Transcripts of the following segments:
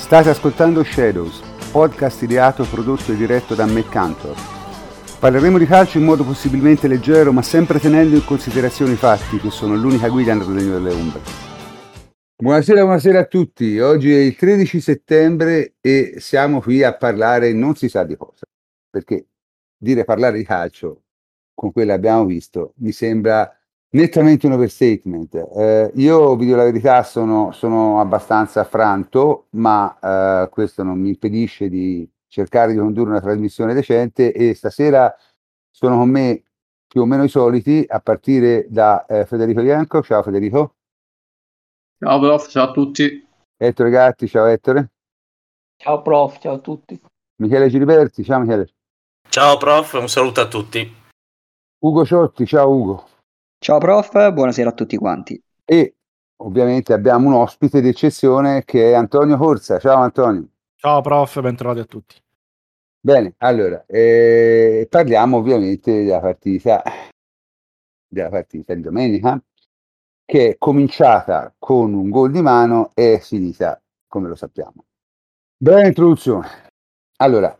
State ascoltando Shadows, podcast ideato, prodotto e diretto da Matt Cantor. Parleremo di calcio in modo possibilmente leggero, ma sempre tenendo in considerazione i fatti, che sono l'unica guida nel regno delle ombre. Buonasera a tutti. Oggi è il 13 settembre e siamo qui a parlare non si sa di cosa, perché parlare di calcio con quello che abbiamo visto mi sembra nettamente un overstatement. Io, vi dico la verità, sono abbastanza affranto, ma questo non mi impedisce di cercare di condurre una trasmissione decente, e stasera sono con me più o meno i soliti, a partire da Federico Ianco. Ciao Federico. Ciao prof, ciao a tutti. Ettore Gatti. Ciao Ettore. Ciao prof, ciao a tutti. Michele Giliberti. Ciao Michele. Ciao prof, un saluto a tutti. Ugo Ciotti. Ciao Ugo. Ciao prof, buonasera a tutti quanti. E ovviamente abbiamo un ospite d'eccezione che è Antonio Corsa. Ciao Antonio. Ciao prof, bentrovati a tutti. Bene, allora, parliamo ovviamente della partita di domenica, che è cominciata con un gol di mano e è finita come lo sappiamo. Breve introduzione. Allora,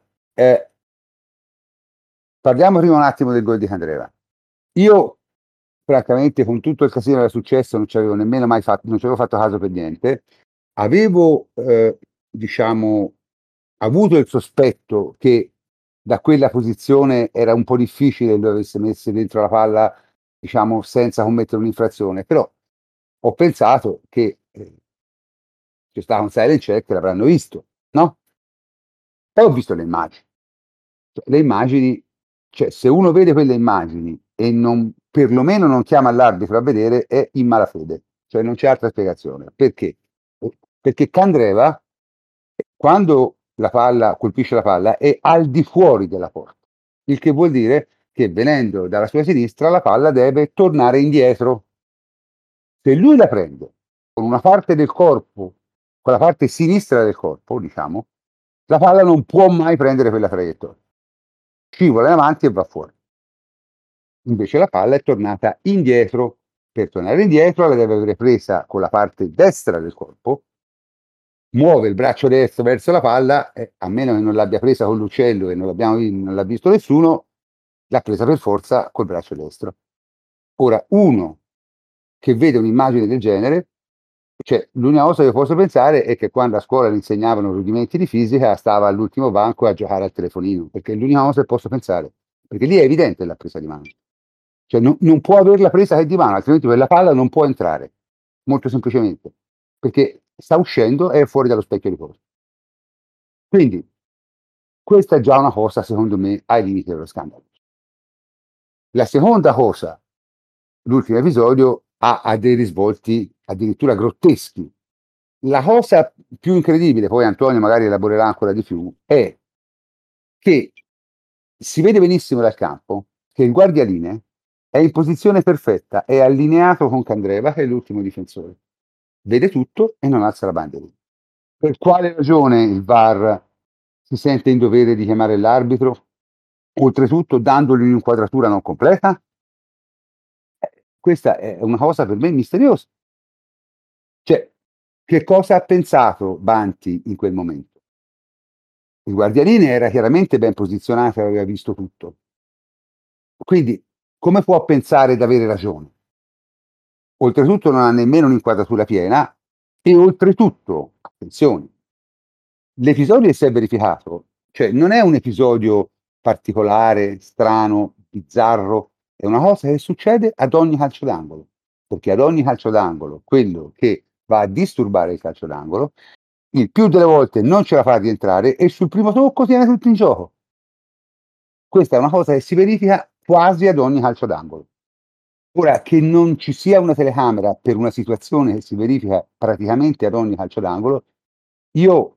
parliamo prima un attimo del gol di Candreva. Io, francamente, con tutto il casino che era successo, non ci avevo nemmeno mai fatto, non ci avevo fatto caso per niente. Avevo, avuto il sospetto che da quella posizione era un po' difficile che lui avesse messo dentro la palla, diciamo, senza commettere un'infrazione, però ho pensato che c'è stato un silent check, l'avranno visto, no? Poi ho visto le immagini. Le immagini, cioè, se uno vede quelle immagini e non, perlomeno non chiama l'arbitro a vedere, è in malafede, cioè non c'è altra spiegazione. Perché? Perché Candreva, quando la palla colpisce la palla, è al di fuori della porta, il che vuol dire che venendo dalla sua sinistra la palla deve tornare indietro. Se lui la prende con una parte del corpo, con la parte sinistra del corpo, diciamo, la palla non può mai prendere quella traiettoria. Scivola in avanti e va fuori. Invece la palla è tornata indietro. Per tornare indietro la deve avere presa con la parte destra del corpo, muove il braccio destro verso la palla, a meno che non l'abbia presa con l'uccello e non l'ha visto nessuno, l'ha presa per forza col braccio destro. Ora, uno che vede un'immagine del genere, cioè, l'unica cosa che posso pensare è che quando a scuola gli insegnavano rudimenti di fisica stava all'ultimo banco a giocare al telefonino, perché è l'unica cosa che posso pensare, perché lì è evidente la presa di mano, cioè non può averla presa che è di mano, altrimenti quella palla non può entrare, molto semplicemente, perché sta uscendo e è fuori dallo specchio di posta. Quindi questa è già una cosa, secondo me, ai limiti dello scandalo. La seconda cosa, l'ultimo episodio ha dei risvolti addirittura grotteschi. La cosa più incredibile, poi Antonio magari elaborerà ancora di più, è che si vede benissimo dal campo che il guardialine è in posizione perfetta, è allineato con Candreva, che è l'ultimo difensore. Vede tutto e non alza la bandierina. Per quale ragione il VAR si sente in dovere di chiamare l'arbitro, oltretutto dandogli un'inquadratura non completa? Questa è una cosa per me misteriosa. Cioè, che cosa ha pensato Banti in quel momento? Il guardialine era chiaramente ben posizionato e aveva visto tutto. Quindi, come può pensare di avere ragione? Oltretutto non ha nemmeno un'inquadratura piena e oltretutto, attenzione, l'episodio che si è verificato, cioè non è un episodio particolare, strano, bizzarro, è una cosa che succede ad ogni calcio d'angolo, perché ad ogni calcio d'angolo quello che va a disturbare il calcio d'angolo, il più delle volte non ce la fa rientrare e sul primo tocco tiene tutto in gioco. Questa è una cosa che si verifica quasi ad ogni calcio d'angolo. Ora, che non ci sia una telecamera per una situazione che si verifica praticamente ad ogni calcio d'angolo, io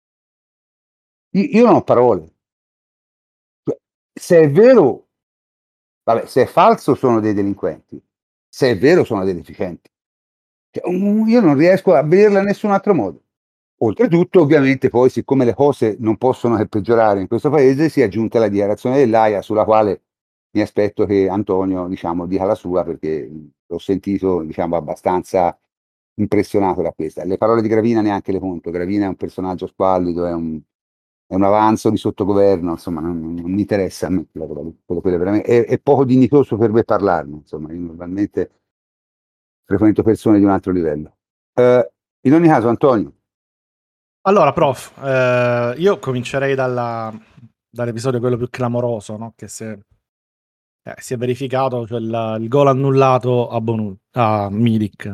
non ho parole. Se è vero, vabbè, se è falso sono dei delinquenti, se è vero sono dei deficienti. Cioè, io non riesco a vederla in nessun altro modo. Oltretutto, ovviamente, poi, siccome le cose non possono che peggiorare in questo paese, si è aggiunta la dichiarazione dell'AIA, sulla quale mi aspetto che Antonio, diciamo, dica la sua, perché l'ho sentito, diciamo, abbastanza impressionato da questa. Le parole di Gravina neanche le conto. Gravina è un personaggio squallido, è un avanzo di sottogoverno, insomma, non mi interessa a me quello è veramente, è poco dignitoso per me parlarne, insomma, io normalmente frequento persone di un altro livello. In ogni caso, Antonio. Allora, prof, io comincerei dall'episodio quello più clamoroso, no? Che si è verificato, cioè il gol annullato a Milik.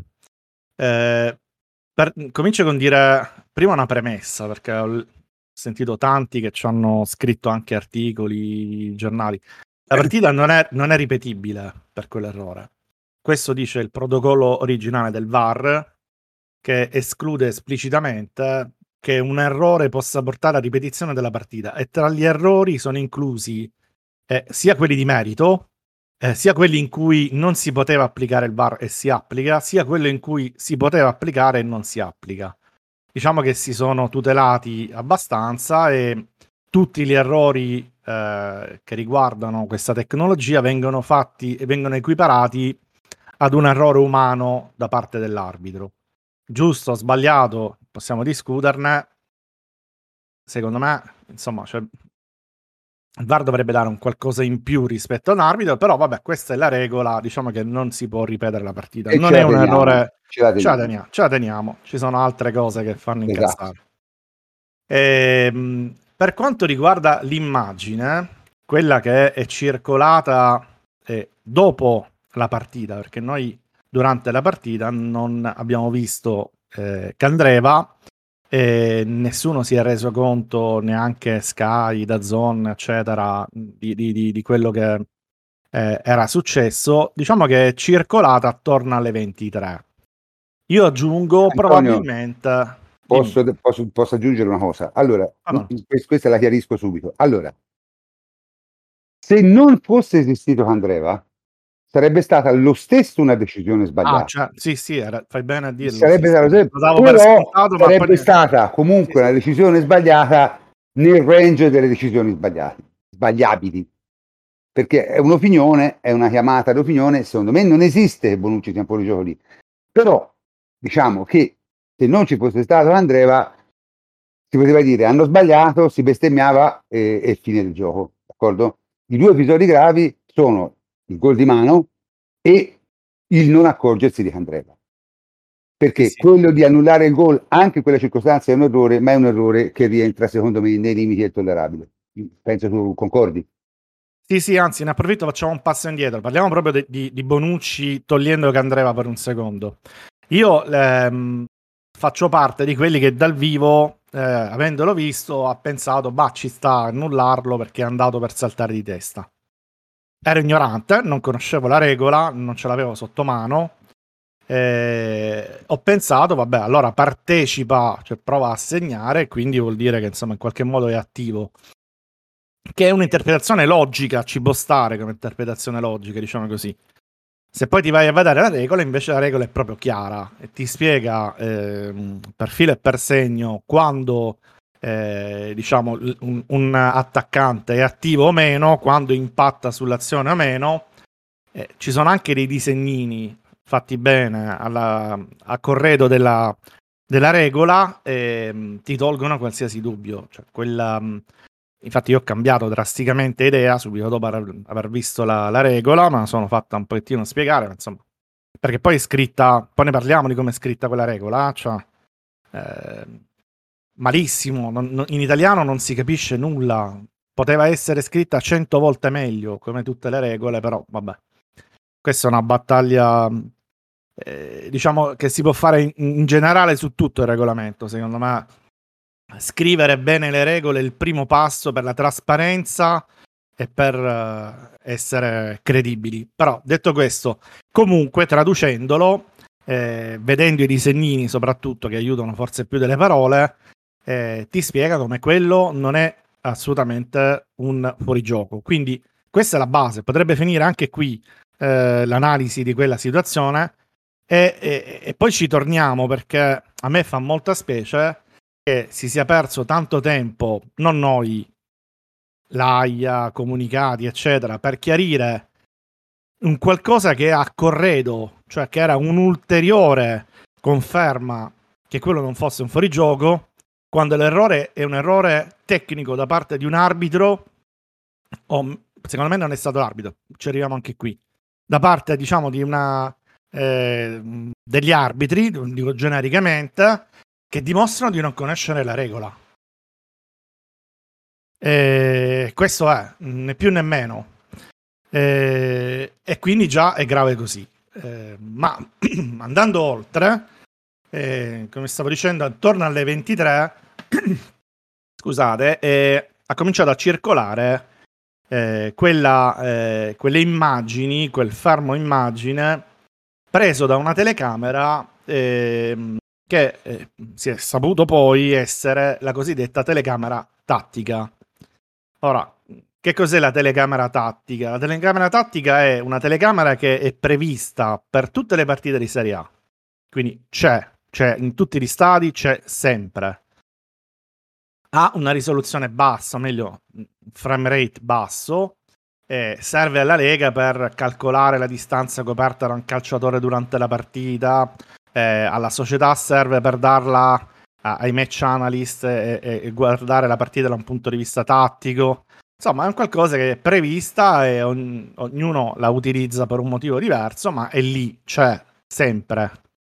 Comincio con dire prima una premessa, perché ho sentito tanti che ci hanno scritto anche articoli, giornali. La partita non è ripetibile per quell'errore. Questo dice il protocollo originale del VAR, che esclude esplicitamente che un errore possa portare a ripetizione della partita, e tra gli errori sono inclusi sia quelli di merito, sia quelli in cui non si poteva applicare il VAR e si applica, sia quello in cui si poteva applicare e non si applica. Diciamo che si sono tutelati abbastanza e tutti gli errori che riguardano questa tecnologia vengono fatti e vengono equiparati ad un errore umano da parte dell'arbitro. Giusto o sbagliato, possiamo discuterne. Secondo me, insomma, cioè, il VAR dovrebbe dare un qualcosa in più rispetto a un arbitro, però vabbè, questa è la regola, diciamo che non si può ripetere la partita. E non è un errore, ce la teniamo. Ci sono altre cose che fanno incazzare. Esatto. Per quanto riguarda l'immagine, quella che è circolata dopo la partita, perché noi durante la partita non abbiamo visto Candreva, e nessuno si è reso conto, neanche Sky, DAZN, eccetera, di quello che era successo. Diciamo che è circolata attorno alle 23. Io aggiungo, Antonio, probabilmente... Posso aggiungere una cosa? Allora, questa la chiarisco subito. Allora, se non fosse esistito Candreva, sarebbe stata lo stesso una decisione sbagliata. Sì, fai bene a dirlo. Sarebbe stata comunque una decisione sbagliata nel range delle decisioni sbagliabili. Perché è un'opinione, è una chiamata d'opinione. Secondo me non esiste che Bonucci sia un po' di gioco lì. Però diciamo che se non ci fosse stato Candreva, si poteva dire hanno sbagliato, si bestemmiava e fine del gioco, d'accordo? I due episodi gravi sono il gol di mano e il non accorgersi di Candreva, perché quello di annullare il gol anche in quella circostanza è un errore, ma è un errore che rientra secondo me nei limiti del tollerabile. Penso tu concordi. Sì, anzi ne approfitto, facciamo un passo indietro, parliamo proprio di Bonucci, togliendo Candreva per un secondo. Io faccio parte di quelli che dal vivo, avendolo visto, ha pensato ci sta a annullarlo perché è andato per saltare di testa. Ero ignorante, non conoscevo la regola, non ce l'avevo sotto mano. Ho pensato, vabbè, allora partecipa, cioè prova a segnare, quindi vuol dire che insomma in qualche modo è attivo. Che è un'interpretazione logica, ci può stare come interpretazione logica, diciamo così. Se poi ti vai a vedere la regola, invece la regola è proprio chiara e ti spiega per filo e per segno quando diciamo un attaccante è attivo o meno, quando impatta sull'azione o meno. Ci sono anche dei disegnini fatti bene a corredo della regola e ti tolgono qualsiasi dubbio. Cioè, infatti io ho cambiato drasticamente idea subito dopo aver visto la regola, ma sono fatta un pochettino spiegare, insomma, perché poi è scritta, poi ne parliamo di come è scritta quella regola, cioè malissimo, in italiano non si capisce nulla, poteva essere scritta 100 volte meglio, come tutte le regole, però vabbè, questa è una battaglia diciamo che si può fare in generale su tutto il regolamento, secondo me. Scrivere bene le regole è il primo passo per la trasparenza e per essere credibili. Però detto questo, comunque traducendolo, vedendo i disegnini soprattutto che aiutano forse più delle parole, ti spiega come quello non è assolutamente un fuorigioco. Quindi questa è la base, potrebbe finire anche qui l'analisi di quella situazione e poi ci torniamo, perché a me fa molta specie che si sia perso tanto tempo, non noi, l'AIA, comunicati, eccetera, per chiarire un qualcosa che è a corredo, cioè che era un ulteriore conferma che quello non fosse un fuorigioco, quando l'errore è un errore tecnico da parte di un arbitro, o secondo me non è stato l'arbitro, ci arriviamo anche qui, da parte diciamo di una degli arbitri, dico genericamente, che dimostrano di non conoscere la regola. Questo è, né più né meno. E quindi già è grave così. Ma andando oltre, come stavo dicendo, attorno alle 23, scusate, ha cominciato a circolare quelle immagini, quel fermo immagine preso da una telecamera che si è saputo poi essere la cosiddetta telecamera tattica. Ora, che cos'è la telecamera tattica? La telecamera tattica è una telecamera che è prevista per tutte le partite di Serie A. Quindi c'è in tutti gli stadi, c'è sempre. Ha una risoluzione bassa, meglio, frame rate basso, serve alla Lega per calcolare la distanza coperta da un calciatore durante la partita, alla società serve per darla ai match analyst e guardare la partita da un punto di vista tattico. Insomma, è un qualcosa che è prevista e ognuno la utilizza per un motivo diverso, ma è lì, c'è sempre.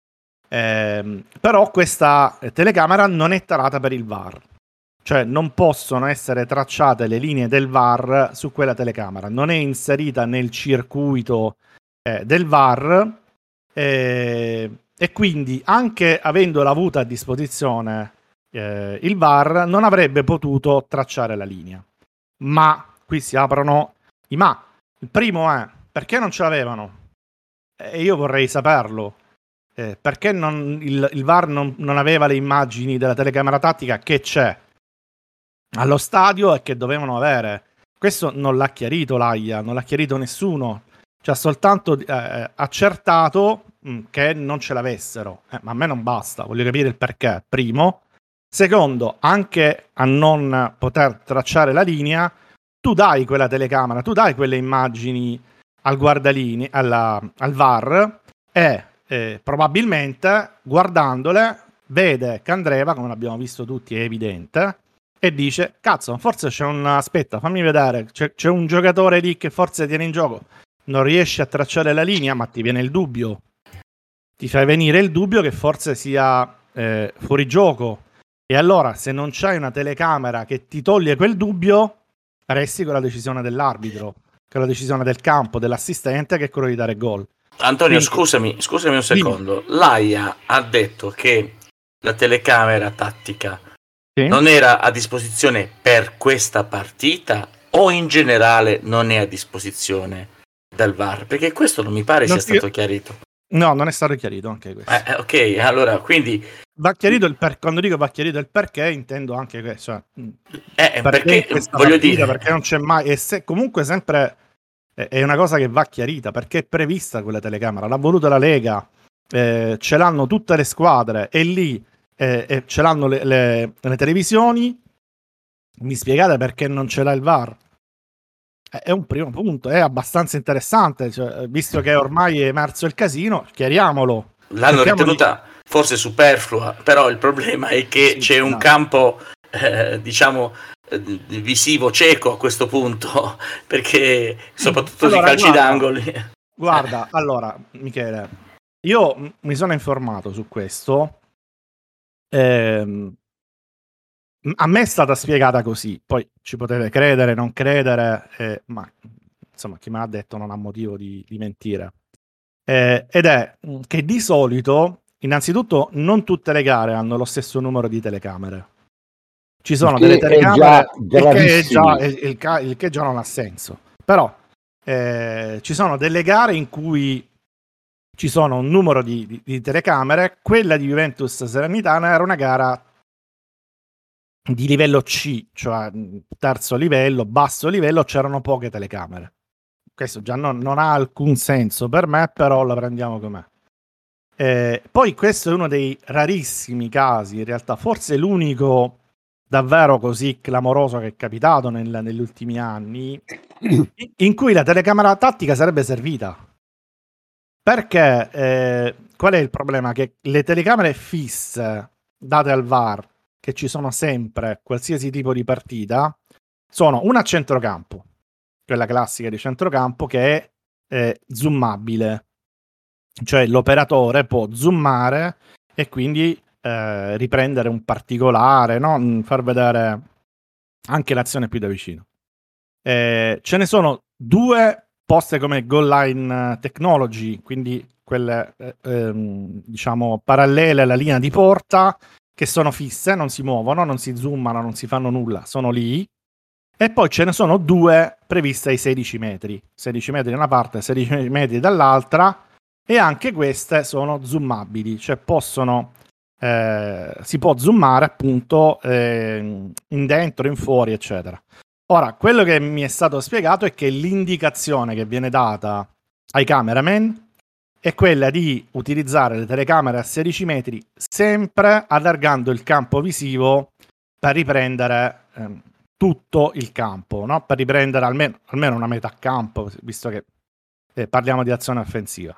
Però questa telecamera non è tarata per il VAR. Cioè non possono essere tracciate le linee del VAR su quella telecamera, non è inserita nel circuito del VAR e quindi anche avendola avuta a disposizione il VAR non avrebbe potuto tracciare la linea. Ma qui si aprono i ma. Il primo è: perché non ce l'avevano? E io vorrei saperlo. Perché il VAR non aveva le immagini della telecamera tattica che c'è allo stadio e che dovevano avere? Questo non l'ha chiarito l'AIA, non l'ha chiarito nessuno, ci ha soltanto accertato che non ce l'avessero, ma a me non basta, voglio capire il perché, primo. Secondo, anche a non poter tracciare la linea, tu dai quella telecamera, tu dai quelle immagini al guardalini, al VAR, e probabilmente guardandole vede Candreva, come l'abbiamo visto tutti, è evidente, e dice: cazzo, forse c'è aspetta, fammi vedere, c'è un giocatore lì che forse tiene in gioco, non riesci a tracciare la linea, ma ti viene il dubbio, ti fai venire il dubbio che forse sia fuori gioco, e allora se non c'hai una telecamera che ti toglie quel dubbio, resti con la decisione dell'arbitro, con la decisione del campo, dell'assistente, che è quello di dare gol. Antonio, Quindi, scusami un secondo. L'AIA ha detto che la telecamera tattica non era a disposizione per questa partita, o in generale non è a disposizione dal VAR? Perché questo non mi pare sia stato chiarito. No, non è stato chiarito anche questo. Ok, allora quindi va chiarito quando dico va chiarito il perché, intendo anche questo. Perché voglio dire, perché non c'è mai, e se comunque sempre è una cosa che va chiarita, perché è prevista quella telecamera, l'ha voluta la Lega, ce l'hanno tutte le squadre, e lì ce l'hanno le televisioni. Mi spiegate perché non ce l'ha il VAR? È un primo punto, è abbastanza interessante, cioè, visto che ormai è emerso il casino, chiariamolo. L'hanno ritenuta forse superflua, però il problema è che c'è un campo diciamo visivo cieco a questo punto, perché soprattutto di calci d'angoli. Guarda, allora Michele, io mi sono informato su questo. A me è stata spiegata così, poi ci potete credere, non credere, ma insomma chi me l'ha detto non ha motivo di mentire. Ed è che di solito, innanzitutto, non tutte le gare hanno lo stesso numero di telecamere. Ci sono delle telecamere, il che già non ha senso. Però ci sono delle gare in cui ci sono un numero di telecamere. Quella di Juventus Salernitana era una gara di livello C, cioè terzo livello, basso livello, c'erano poche telecamere. Questo già non ha alcun senso per me, però la prendiamo com'è. Poi questo è uno dei rarissimi casi, in realtà forse l'unico davvero così clamoroso che è capitato negli ultimi anni, in cui la telecamera tattica sarebbe servita. Perché qual è il problema? Che le telecamere fisse date al VAR, che ci sono sempre, qualsiasi tipo di partita, sono una a centrocampo, quella classica di centrocampo, che è zoomabile, cioè l'operatore può zoomare e quindi riprendere un particolare, no? Far vedere anche l'azione più da vicino. Ce ne sono due poste come goal line technology, quindi quelle diciamo parallele alla linea di porta, che sono fisse, non si muovono, non si zoomano, non si fanno nulla, sono lì. E poi ce ne sono due previste ai 16 metri da una parte, 16 metri dall'altra, e anche queste sono zoomabili, cioè si può zoomare appunto in dentro, in fuori, eccetera. Ora, quello che mi è stato spiegato è che l'indicazione che viene data ai cameraman è quella di utilizzare le telecamere a 16 metri sempre allargando il campo visivo per riprendere tutto il campo, no? Per riprendere almeno una metà campo, visto che parliamo di azione offensiva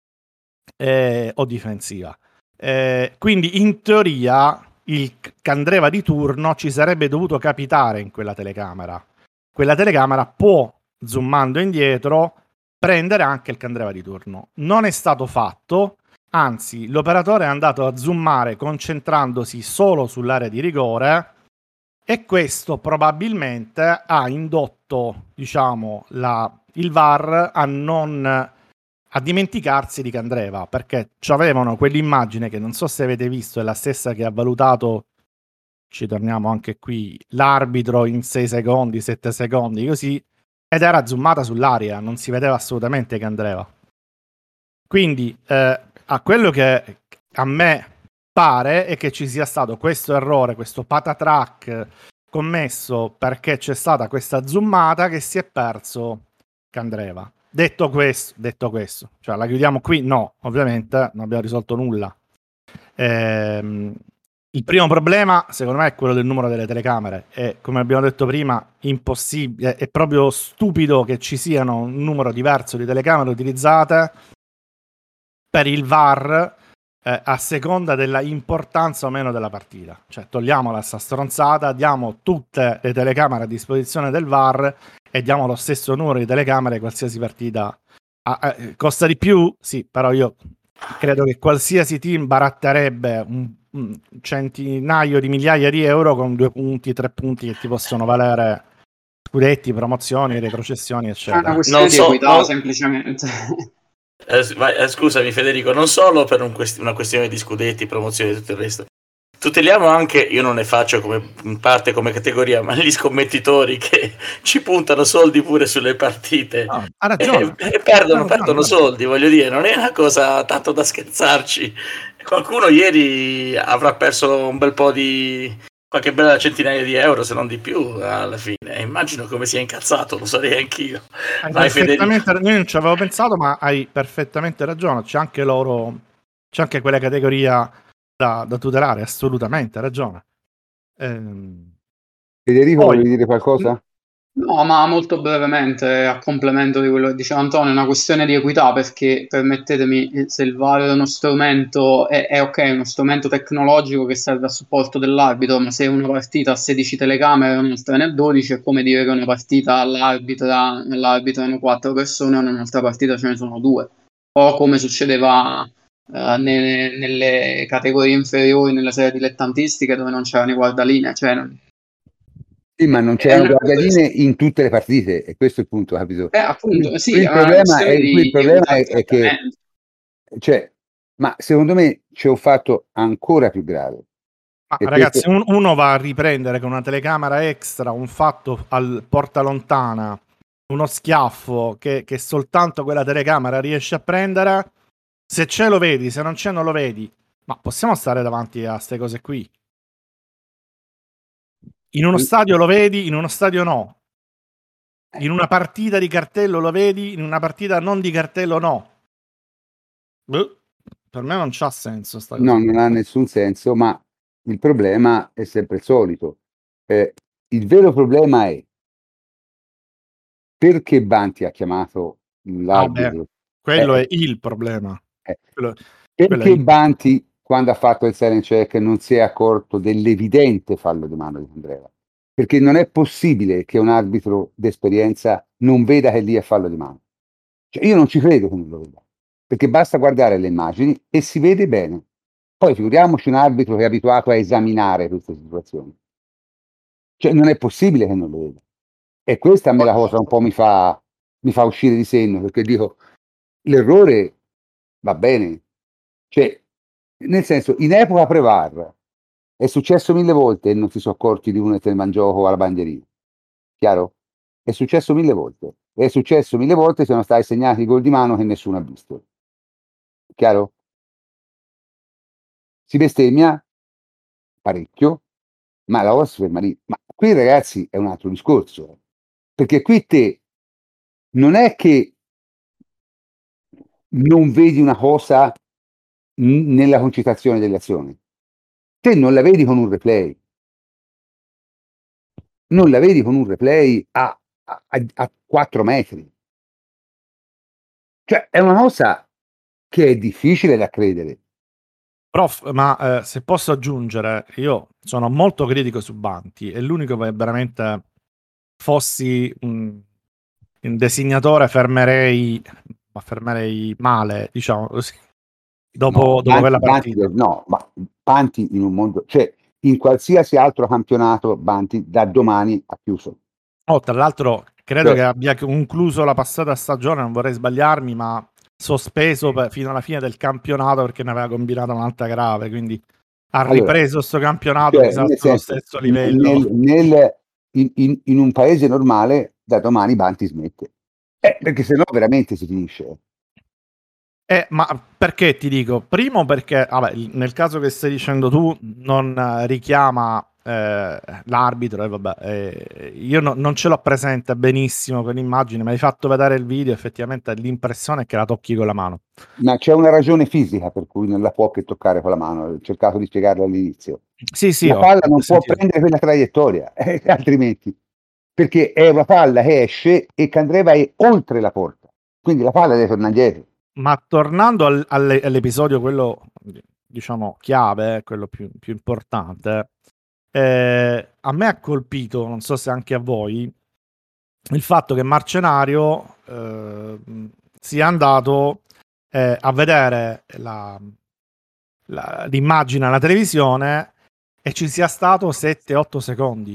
o difensiva. Quindi in teoria il candreva di turno ci sarebbe dovuto capitare in quella telecamera. Quella telecamera può, zoomando indietro, prendere anche il candreva di turno. Non è stato fatto, anzi l'operatore è andato a zoomare concentrandosi solo sull'area di rigore, e questo probabilmente ha indotto, diciamo, il VAR a dimenticarsi di Candreva, perché c'avevano quell'immagine che non so se avete visto, è la stessa che ha valutato, ci torniamo anche qui, l'arbitro in 6 secondi, 7 secondi, così, ed era zoomata sull'aria, non si vedeva assolutamente Candreva. Quindi a quello che a me pare è che ci sia stato questo errore, questo patatrack commesso perché c'è stata questa zoomata che si è perso Candreva. Detto questo, cioè la chiudiamo qui? No, ovviamente non abbiamo risolto nulla. Il primo problema, secondo me, è quello del numero delle telecamere. E come abbiamo detto prima, impossibile, è proprio stupido che ci siano un numero diverso di telecamere utilizzate per il VAR a seconda della importanza o meno della partita. Cioè togliamola sta stronzata, diamo tutte le telecamere a disposizione del VAR e diamo lo stesso numero di telecamere qualsiasi partita. Costa di più? Sì, però io credo che qualsiasi team baratterebbe un centinaio di migliaia di euro con 2 punti, 3 punti che ti possono valere scudetti, promozioni, retrocessioni, eccetera. È una questione di equità, semplicemente. Scusami Federico, non solo per una questione di scudetti, promozioni e tutto il resto. Tuteliamo anche, io non ne faccio in parte come categoria, ma gli scommettitori che ci puntano soldi pure sulle partite. No, ha ragione. E perdono soldi, voglio dire, non è una cosa tanto da scherzarci. Qualcuno ieri avrà perso un bel po' qualche bella centinaia di euro, se non di più, alla fine. Immagino come sia incazzato, lo sarei anch'io. Io non ci avevo pensato, ma hai perfettamente ragione. C'è anche quella categoria da tutelare, assolutamente, hai ragione. Federico, volevi dire qualcosa? No, ma molto brevemente, a complemento di quello che diceva Antonio, è una questione di equità, perché permettetemi, se il VAR è uno strumento, è ok, è uno strumento tecnologico che serve a supporto dell'arbitro, ma se una partita ha 16 telecamere e un'altra ne ha 12, è come dire che una partita nell'arbitrano 4 persone e nell'altra partita ce ne sono 2. O come succedeva nelle categorie inferiori, nelle serie dilettantistiche, dove non c'erano i guardalinee, cioè sì, ma non c'erano guardaline in tutte le partite, e questo è il punto, capito? Appunto, sì, il problema è che, cioè, ma secondo me c'è un fatto ancora più grave. Ragazzi, uno va a riprendere con una telecamera extra un fatto al porta lontana, uno schiaffo che soltanto quella telecamera riesce a prendere. Se c'è lo vedi, se non c'è non lo vedi. Ma possiamo stare davanti a queste cose qui? In uno stadio lo vedi, in uno stadio no. In una partita di cartello lo vedi, in una partita non di cartello no. Per me non c'ha senso sta cosa. No, non ha nessun senso, ma il problema è sempre il solito. Il vero problema è perché Banti ha chiamato l'arbitro. Quello è il problema. Perché Banti, quando ha fatto il silent check, non si è accorto dell'evidente fallo di mano di Candreva? Perché non è possibile che un arbitro d'esperienza non veda che lì è fallo di mano. Cioè, io non ci credo che non lo veda, perché basta guardare le immagini e si vede bene. Poi figuriamoci un arbitro che è abituato a esaminare queste situazioni. Cioè, non è possibile che non lo veda. E questa a me la cosa un po' mi fa uscire di senno, perché dico, l'errore va bene. Cioè, nel senso, in epoca pre-VAR è successo 1000 volte e non si sono accorti di uno che te ne va in gioco alla bandierina. Chiaro? È successo 1000 volte. È successo 1000 volte, sono stati segnati gol di mano che nessuno ha visto. Chiaro? Si bestemmia parecchio, ma la cosa si ferma lì. Ma qui, ragazzi, è un altro discorso. Perché qui te non è che non vedi una cosa nella concitazione delle azioni. Te non la vedi con un replay. Non la vedi con un replay a 4 metri. Cioè, è una cosa che è difficile da credere. Prof, ma se posso aggiungere, io sono molto critico su Banti e l'unico che veramente fossi un designatore fermerei male, diciamo così, dopo quella partita. No, ma Banti in un mondo, cioè in qualsiasi altro campionato Banti da domani ha chiuso. Tra l'altro credo che abbia concluso la passata stagione, non vorrei sbagliarmi, ma sospeso fino alla fine del campionato perché ne aveva combinata un'altra grave, quindi ha ripreso sto campionato allo stesso livello. In un paese normale da domani Banti smette, perché sennò veramente si finisce. Ma perché ti dico? Primo perché nel caso che stai dicendo tu non richiama l'arbitro io non ce l'ho presente benissimo con l'immagine, ma hai fatto vedere il video, effettivamente l'impressione è che la tocchi con la mano. Ma c'è una ragione fisica per cui non la può che toccare con la mano, ho cercato di spiegarlo all'inizio. Sì, la palla non può prendere quella traiettoria, altrimenti, perché è una palla che esce e Candreva è oltre la porta, quindi la palla deve tornare indietro. Ma tornando all'episodio, quello diciamo chiave, quello più importante, a me ha colpito, non so se anche a voi, il fatto che Marcenario sia andato a vedere l'immagine alla televisione e ci sia stato 7-8 secondi.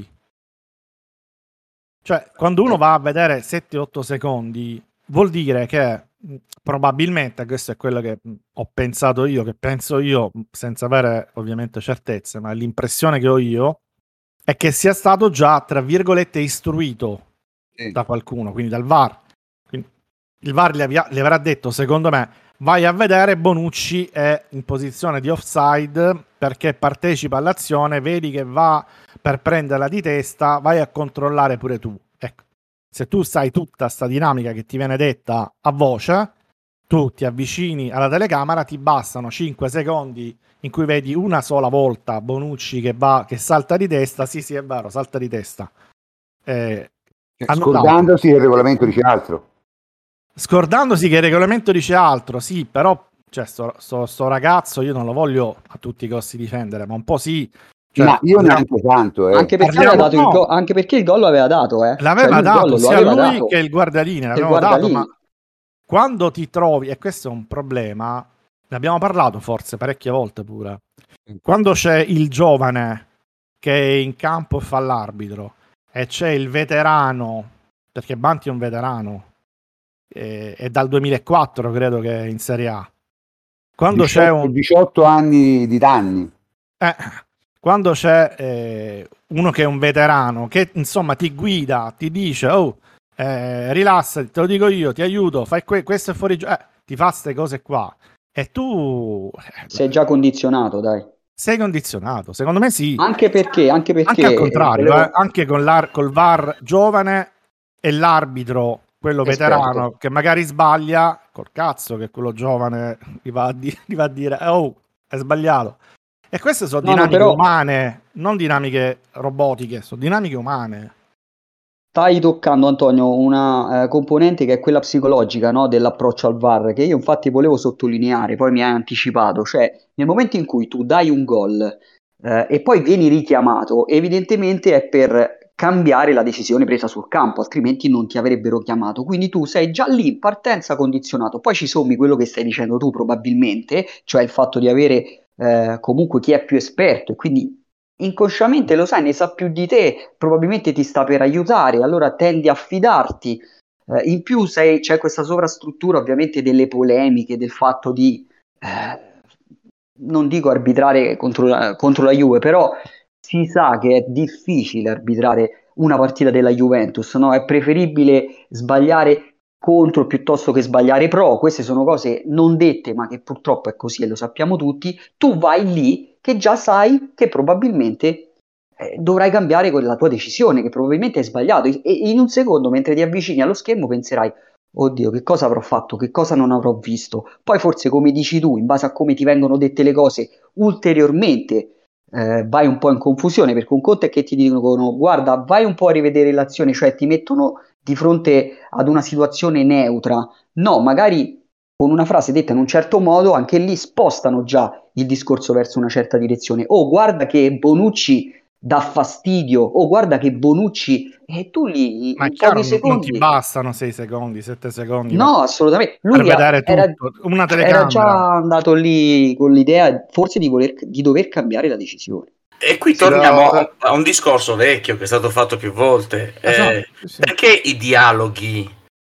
Cioè, quando uno va a vedere 7-8 secondi, vuol dire che probabilmente, questo è quello che ho pensato io, che penso io, senza avere ovviamente certezze, ma l'impressione che ho io è che sia stato già, tra virgolette, istruito da qualcuno, quindi dal VAR. Quindi il VAR gli avrà detto, secondo me, vai a vedere, Bonucci è in posizione di offside perché partecipa all'azione, vedi che va per prenderla di testa, vai a controllare pure tu. Ecco, se tu sai tutta sta dinamica che ti viene detta a voce, tu ti avvicini alla telecamera, ti bastano 5 secondi in cui vedi una sola volta Bonucci che salta di testa. Sì, è vero, salta di testa. Scordandosi che il regolamento dice altro. Scordandosi che il regolamento dice altro, sì, però cioè, sto ragazzo io non lo voglio a tutti i costi difendere, ma un po' sì. Cioè, ma io neanche tanto. Anche perché, anche perché il gol l'aveva dato. L'aveva dato sia lui che il guardalinea. L'aveva dato, ma quando ti trovi, e questo è un problema, ne abbiamo parlato forse parecchie volte pure, quando c'è il giovane che è in campo e fa l'arbitro e c'è il veterano, perché Banti è un veterano, è dal 2004 credo che è in Serie A. Quando 18 anni di danni. Quando c'è uno che è un veterano, che insomma ti guida, ti dice rilassati, te lo dico io, ti aiuto, fai questo è fuori gioco, ti fa queste cose qua e tu sei già condizionato, dai. Sei condizionato, secondo me sì. Anche perché anche al contrario, anche col VAR giovane e l'arbitro, quello veterano, che magari sbaglia, col cazzo che quello giovane gli va a dire è sbagliato. E queste sono dinamiche umane, non dinamiche robotiche, sono dinamiche umane. Stai toccando, Antonio, una componente che è quella psicologica, no, dell'approccio al VAR, che io infatti volevo sottolineare, poi mi hai anticipato, cioè nel momento in cui tu dai un gol e poi vieni richiamato, evidentemente è per cambiare la decisione presa sul campo, altrimenti non ti avrebbero chiamato. Quindi tu sei già lì in partenza condizionato, poi ci sommi quello che stai dicendo tu probabilmente, cioè il fatto di avere comunque chi è più esperto e quindi inconsciamente lo sai, ne sa più di te, probabilmente ti sta per aiutare, allora tendi a fidarti. In più c'è questa sovrastruttura ovviamente delle polemiche, del fatto di, non dico arbitrare contro la Juve, però si sa che è difficile arbitrare una partita della Juventus, no? È preferibile sbagliare contro piuttosto che sbagliare pro. Queste sono cose non dette, ma che purtroppo è così e lo sappiamo tutti. Tu vai lì che già sai che probabilmente dovrai cambiare la tua decisione, che probabilmente hai sbagliato, e in un secondo, mentre ti avvicini allo schermo, penserai: oddio, che cosa avrò fatto, che cosa non avrò visto. Poi forse, come dici tu, in base a come ti vengono dette le cose, ulteriormente vai un po' in confusione, perché un conto è che ti dicono: guarda, vai un po' a rivedere l'azione, cioè ti mettono di fronte ad una situazione neutra. No, magari con una frase detta in un certo modo, anche lì spostano già il discorso verso una certa direzione. Oh, guarda che Bonucci dà fastidio, oh, guarda che Bonucci, e tu lì Ma è in chiaro, pochi non ti secondi. bastano 6 secondi, 7 secondi No, assolutamente. per vedere tutto. Una Era telecamera. già andato lì con l'idea forse di dover cambiare la decisione. E qui torniamo a un discorso vecchio che è stato fatto più volte. Sì. Perché i dialoghi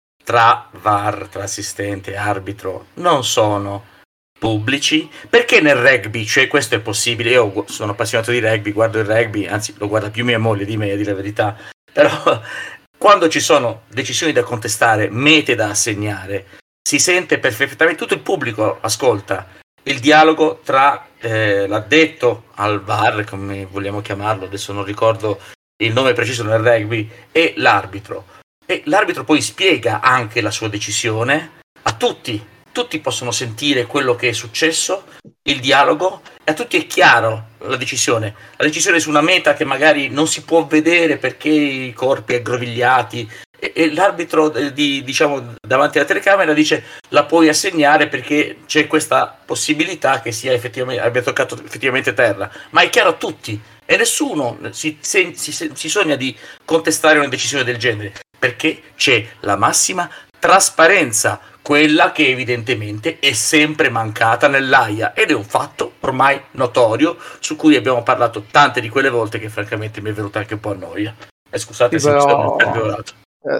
tra VAR, tra assistente e arbitro non sono pubblici? Perché nel rugby, cioè questo è possibile? Io sono appassionato di rugby, guardo il rugby, anzi lo guarda più mia moglie di me, a dire la verità, però quando ci sono decisioni da contestare, mete da assegnare, si sente perfettamente, tutto il pubblico ascolta il dialogo tra l'addetto al VAR, come vogliamo chiamarlo, adesso non ricordo il nome preciso nel rugby, e l'arbitro. E l'arbitro poi spiega anche la sua decisione a tutti. Tutti possono sentire quello che è successo, il dialogo, e a tutti è chiaro la decisione. La decisione su una meta che magari non si può vedere perché i corpi aggrovigliati, e l'arbitro diciamo davanti alla telecamera dice la puoi assegnare perché c'è questa possibilità che sia effettivamente, abbia toccato effettivamente terra, ma è chiaro a tutti e nessuno si sogna di contestare una decisione del genere perché c'è la massima trasparenza, quella che evidentemente è sempre mancata nell'AIA, ed è un fatto ormai notorio su cui abbiamo parlato tante di quelle volte che francamente mi è venuta anche un po' a noia. Scusate se mi sono perdonato.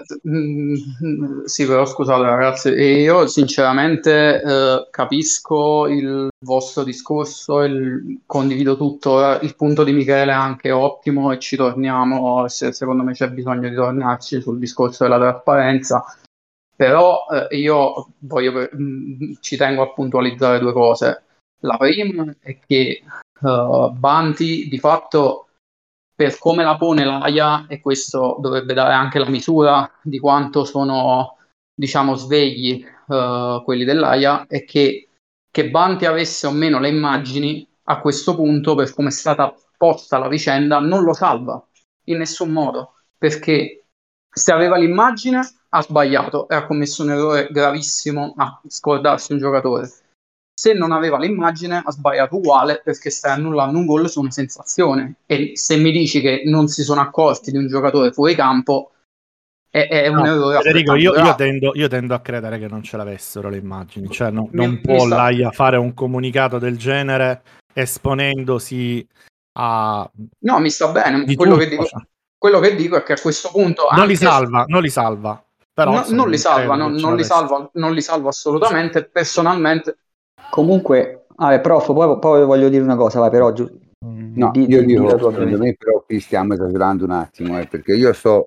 Sì, però scusate ragazzi, io sinceramente capisco il vostro discorso, condivido tutto, il punto di Michele è anche ottimo e ci torniamo, secondo me c'è bisogno di tornarci sul discorso della trasparenza, però io ci tengo a puntualizzare due cose. La prima è che Banti di fatto, per come la pone l'AIA, e questo dovrebbe dare anche la misura di quanto sono, diciamo, svegli quelli dell'AIA, è che Banti avesse o meno le immagini a questo punto, per come è stata posta la vicenda, non lo salva in nessun modo, perché se aveva l'immagine ha sbagliato e ha commesso un errore gravissimo a scordarsi un giocatore. Se non aveva l'immagine ha sbagliato uguale, perché stai annullando un gol su una sensazione, e se mi dici che non si sono accorti di un giocatore fuori campo è un errore. Federico, io tendo a credere che non ce l'avessero le immagini, cioè non può l'AIA fare un comunicato del genere esponendosi a... No, mi sta bene, quello che dico è che a questo punto non li salva, però non li salva assolutamente. Personalmente, comunque, prof, poi voglio dire una cosa, vai, però no, io dico, secondo me però qui stiamo esagerando un attimo, perché io sto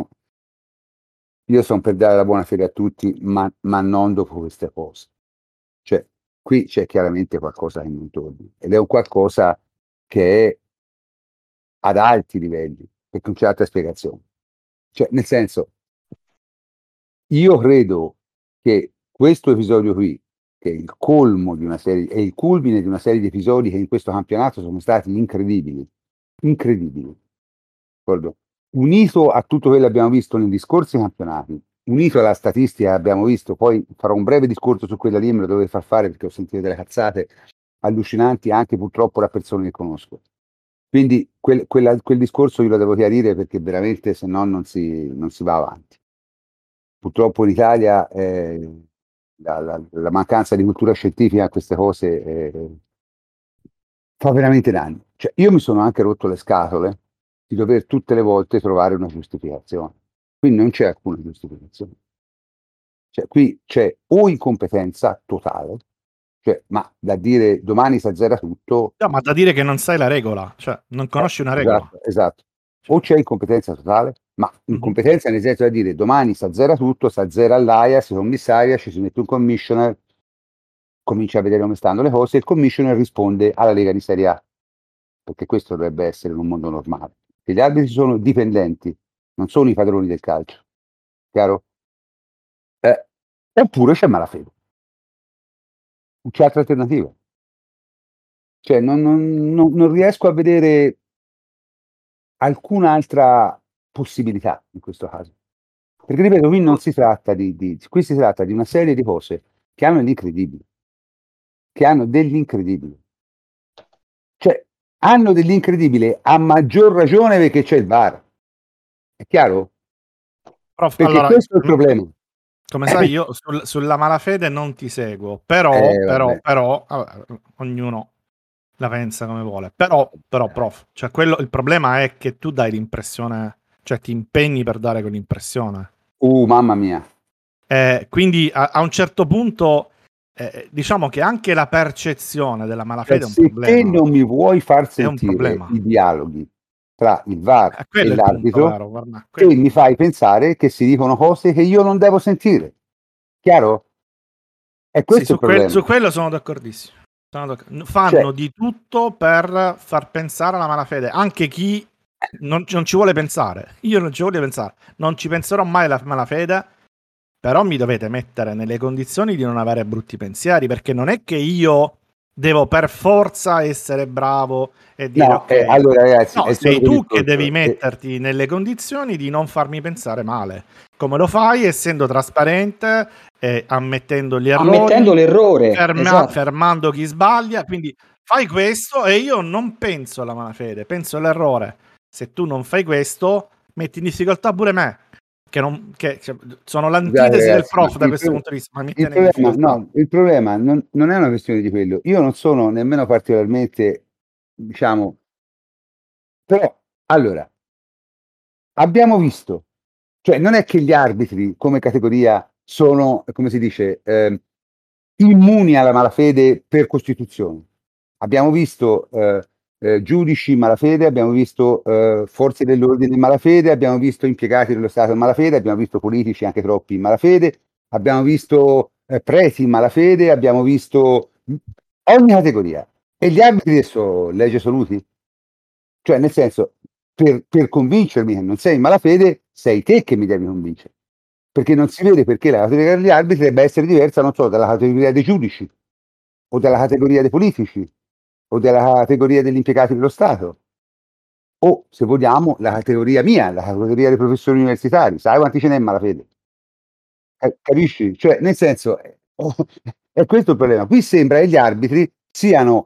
per dare la buona fede a tutti, ma non dopo queste cose. Cioè, qui c'è chiaramente qualcosa che non torna, ed è un qualcosa che è ad alti livelli, perché non c'è altra spiegazione. Cioè, nel senso, io credo che questo episodio qui, che è il colmo di una serie, è il culmine di una serie di episodi che in questo campionato sono stati incredibili. D'accordo? unito a tutto quello che abbiamo visto negli scorsi campionati, unito alla statistica che abbiamo visto, poi farò un breve discorso su quella lì, me lo dovevo far fare perché ho sentito delle cazzate allucinanti anche purtroppo da persone che conosco. Quindi quel discorso io lo devo chiarire perché veramente se no non si va avanti. Purtroppo in Italia la mancanza di cultura scientifica a queste cose fa veramente danni. Cioè, io mi sono anche rotto le scatole di dover tutte le volte trovare una giustificazione. Qui non c'è alcuna giustificazione. Cioè, qui c'è o incompetenza totale, cioè, ma da dire domani si azzera tutto. No, ma da dire che non sai la regola, cioè non conosci una regola. Esatto. O c'è incompetenza totale, ma incompetenza nel senso da dire domani si azzera tutto, si azzera l'AIA, si commissaria, ci si mette un commissioner, comincia a vedere come stanno le cose, e il commissioner risponde alla Lega di Serie A, perché questo dovrebbe essere in un mondo normale. E gli arbitri sono dipendenti, non sono i padroni del calcio, chiaro? Oppure c'è malafede. Non c'è altra alternativa. Cioè non riesco a vedere alcuna altra possibilità in questo caso. Perché ripeto, qui non si tratta qui si tratta di una serie di cose che hanno l'incredibile. Che hanno dell'incredibile. Cioè, hanno dell'incredibile a maggior ragione perché c'è il VAR. È chiaro? Prof, Perché allora, questo è il problema. Come sai, io sulla malafede non ti seguo, però vabbè, ognuno la pensa come vuole. Però, prof, cioè il problema è che tu dai l'impressione, cioè ti impegni per dare quell'impressione. Mamma mia. Quindi a un certo punto diciamo che anche la percezione della malafede è un problema. Se non mi vuoi far sentire i dialoghi tra il VAR e l'arbitro, e mi fai pensare che si dicono cose che io non devo sentire. Chiaro? È questo il problema. Su quello sono d'accordissimo. Fanno di tutto per far pensare alla malafede. Anche chi non ci vuole pensare. Io non ci voglio pensare. Non ci penserò mai alla malafede. Però mi dovete mettere nelle condizioni di non avere brutti pensieri. Perché non è che io devo per forza essere bravo e dire ok. Allora ragazzi, no, sei tu che devi metterti nelle condizioni di non farmi pensare male. Come lo fai? Essendo trasparente, ammettendo gli errori, ammettendo l'errore, fermando chi sbaglia. Quindi fai questo e io non penso alla malafede, penso all'errore. Se tu non fai questo, metti in difficoltà pure me. Che sono l'antitesi del prof da questo punto di vista. Ma il problema non è una questione di quello. Io non sono nemmeno particolarmente, diciamo, però allora abbiamo visto, cioè non è che gli arbitri come categoria sono, come si dice, immuni alla malafede per Costituzione. Abbiamo visto giudici in malafede, abbiamo visto forze dell'ordine in malafede, abbiamo visto impiegati dello Stato in malafede, abbiamo visto politici anche troppi in malafede, abbiamo visto preti in malafede, abbiamo visto ogni categoria. E gli arbitri adesso legge assoluti? Cioè, nel senso, per convincermi che non sei in malafede, sei te che mi devi convincere. Perché non si vede perché la categoria degli arbitri debba essere diversa, non so, dalla categoria dei giudici, o dalla categoria dei politici, o dalla categoria degli impiegati dello Stato, o se vogliamo la categoria mia, la categoria dei professori universitari. Sai quanti ce n'è in malafede? Capisci? Cioè, nel senso, è questo il problema. Qui sembra che gli arbitri siano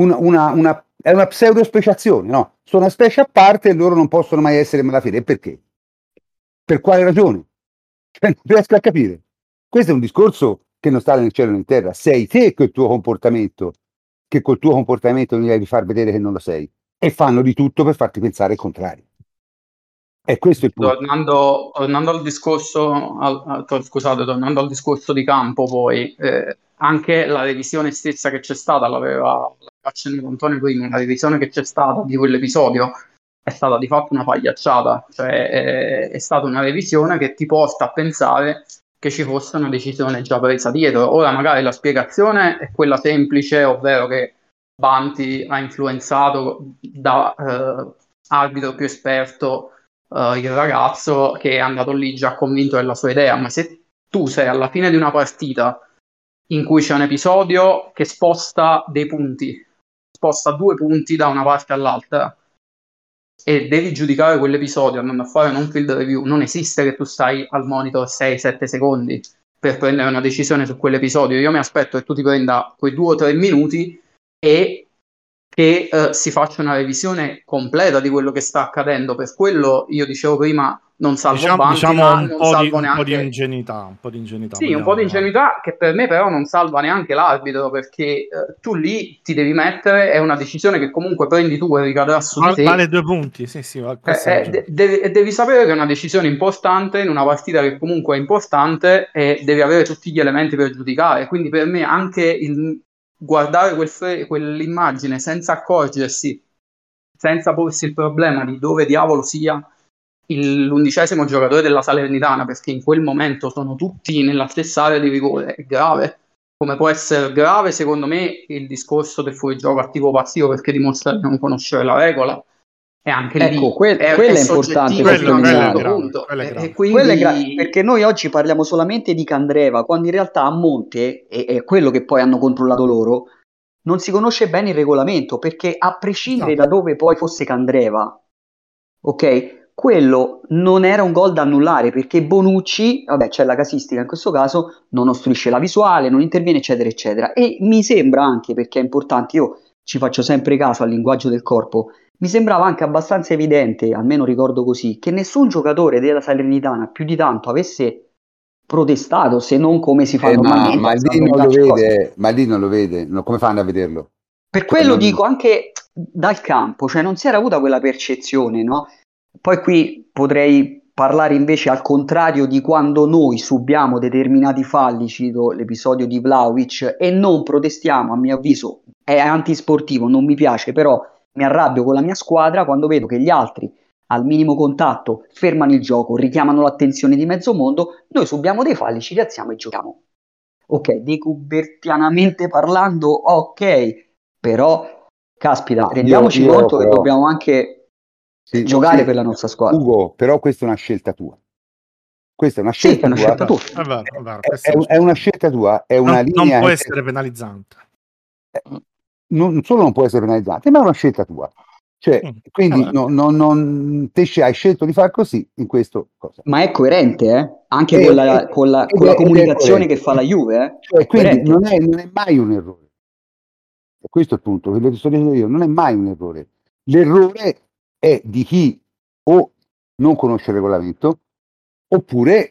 è una pseudo speciazione, no? Sono una specie a parte e loro non possono mai essere in malafede. E perché? Per quale ragione? Cioè, non riesco a capire. Questo è un discorso che non sta nel cielo né in terra. Sei te col tuo comportamento, che col tuo comportamento mi devi far vedere che non lo sei. E fanno di tutto per farti pensare il contrario. E questo è il punto. Tornando al discorso, tornando al discorso di campo, poi anche la revisione stessa che c'è stata, l'aveva accennato Antonio prima, la revisione che c'è stata di quell'episodio è stata di fatto una pagliacciata, cioè è stata una revisione che ti porta a pensare che ci fosse una decisione già presa dietro. Ora magari la spiegazione è quella semplice, ovvero che Banti ha influenzato da arbitro più esperto il ragazzo che è andato lì già convinto della sua idea. Ma se tu sei alla fine di una partita in cui c'è un episodio che sposta dei punti, sposta 2 punti da una parte all'altra, e devi giudicare quell'episodio andando a fare un field review, non esiste che tu stai al monitor 6-7 secondi per prendere una decisione su quell'episodio. Io mi aspetto che tu ti prenda quei 2 o 3 minuti e che si faccia una revisione completa di quello che sta accadendo. Per quello io dicevo prima, non salvo Banti, ma non salvo neanche... un po' di ingenuità. Sì, un po' di ingenuità che per me però non salva neanche l'arbitro, perché tu lì ti devi mettere, è una decisione che comunque prendi tu e ricadrà su di te. Vale 2 punti, sì, devi sapere che è una decisione importante in una partita che comunque è importante e devi avere tutti gli elementi per giudicare. Quindi per me anche il guardare quell'immagine senza accorgersi, senza porsi il problema di dove diavolo sia l'11° giocatore della Salernitana, perché in quel momento sono tutti nella stessa area di rigore, è grave. Come può essere grave secondo me il discorso del fuorigioco attivo-passivo, perché dimostra di non conoscere la regola, e anche lì quella è importante fino a un certo punto. E quindi... perché noi oggi parliamo solamente di Candreva, quando in realtà a monte, e quello che poi hanno controllato loro, non si conosce bene il regolamento, perché a prescindere da dove poi fosse Candreva, ok, quello non era un gol da annullare, perché Bonucci, vabbè, c'è la casistica in questo caso, non ostruisce la visuale, non interviene, eccetera eccetera. E mi sembra anche, perché è importante, io ci faccio sempre caso al linguaggio del corpo, mi sembrava anche abbastanza evidente, almeno ricordo così, che nessun giocatore della Salernitana più di tanto avesse protestato, se non come si fa normalmente. Ma lì non lo vede, come fanno a vederlo? Per quello dico, anche dal campo, cioè non si era avuta quella percezione, no? Poi qui potrei parlare invece al contrario di quando noi subiamo determinati falli, cito l'episodio di Vlahovic, e non protestiamo, a mio avviso è antisportivo, non mi piace, però mi arrabbio con la mia squadra quando vedo che gli altri al minimo contatto fermano il gioco, richiamano l'attenzione di mezzo mondo, noi subiamo dei falli, ci rialziamo e giochiamo. Ok, decubertianamente parlando, ok, però caspita, rendiamoci conto che dobbiamo anche giocare per la nostra squadra. Ugo, però questa è una scelta tua. Questa è una scelta tua. È una scelta tua, è una linea. Non può essere penalizzante. Non solo non può essere penalizzante, ma è una scelta tua. Cioè, quindi te hai scelto di far così in questo cosa. Ma è coerente, anche con la comunicazione che fa la Juve. Cioè, quindi non è mai un errore. E questo è il punto, quello che sto dicendo io, non è mai un errore. L'errore è di chi o non conosce il regolamento, oppure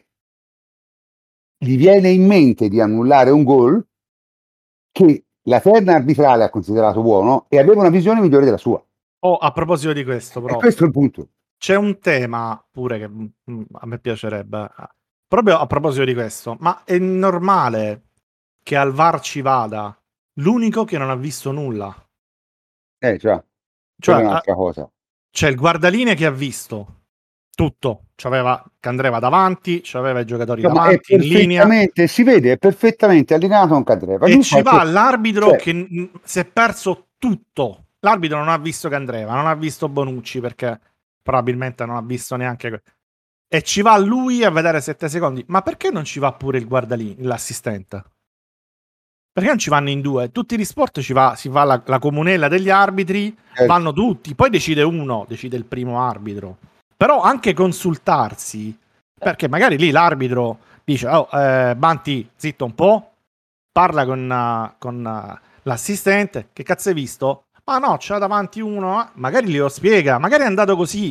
gli viene in mente di annullare un gol che la terna arbitrale ha considerato buono e aveva una visione migliore della sua. A proposito di questo, però, questo è il punto. C'è un tema pure che a me piacerebbe, proprio a proposito di questo, ma è normale che al VAR ci vada l'unico che non ha visto nulla? Cioè è un'altra cosa. C'è il guardalinee che ha visto tutto, c'aveva Candreva davanti, c'aveva i giocatori davanti, in linea. Si vede, è perfettamente allineato con Candreva. E ci va l'arbitro che si è perso tutto. L'arbitro non ha visto Candreva, non ha visto Bonucci, perché probabilmente non ha visto neanche... E ci va lui a vedere 7 secondi. Ma perché non ci va pure il guardalinee, l'assistente? Perché non ci vanno in 2? Tutti gli sport si fa la comunella degli arbitri, vanno tutti, poi decide il primo arbitro. Però anche consultarsi, perché magari lì l'arbitro dice Banti, zitto un po', parla con l'assistente, che cazzo hai visto? Ma no, c'ha davanti uno, magari glielo spiega, magari è andato così,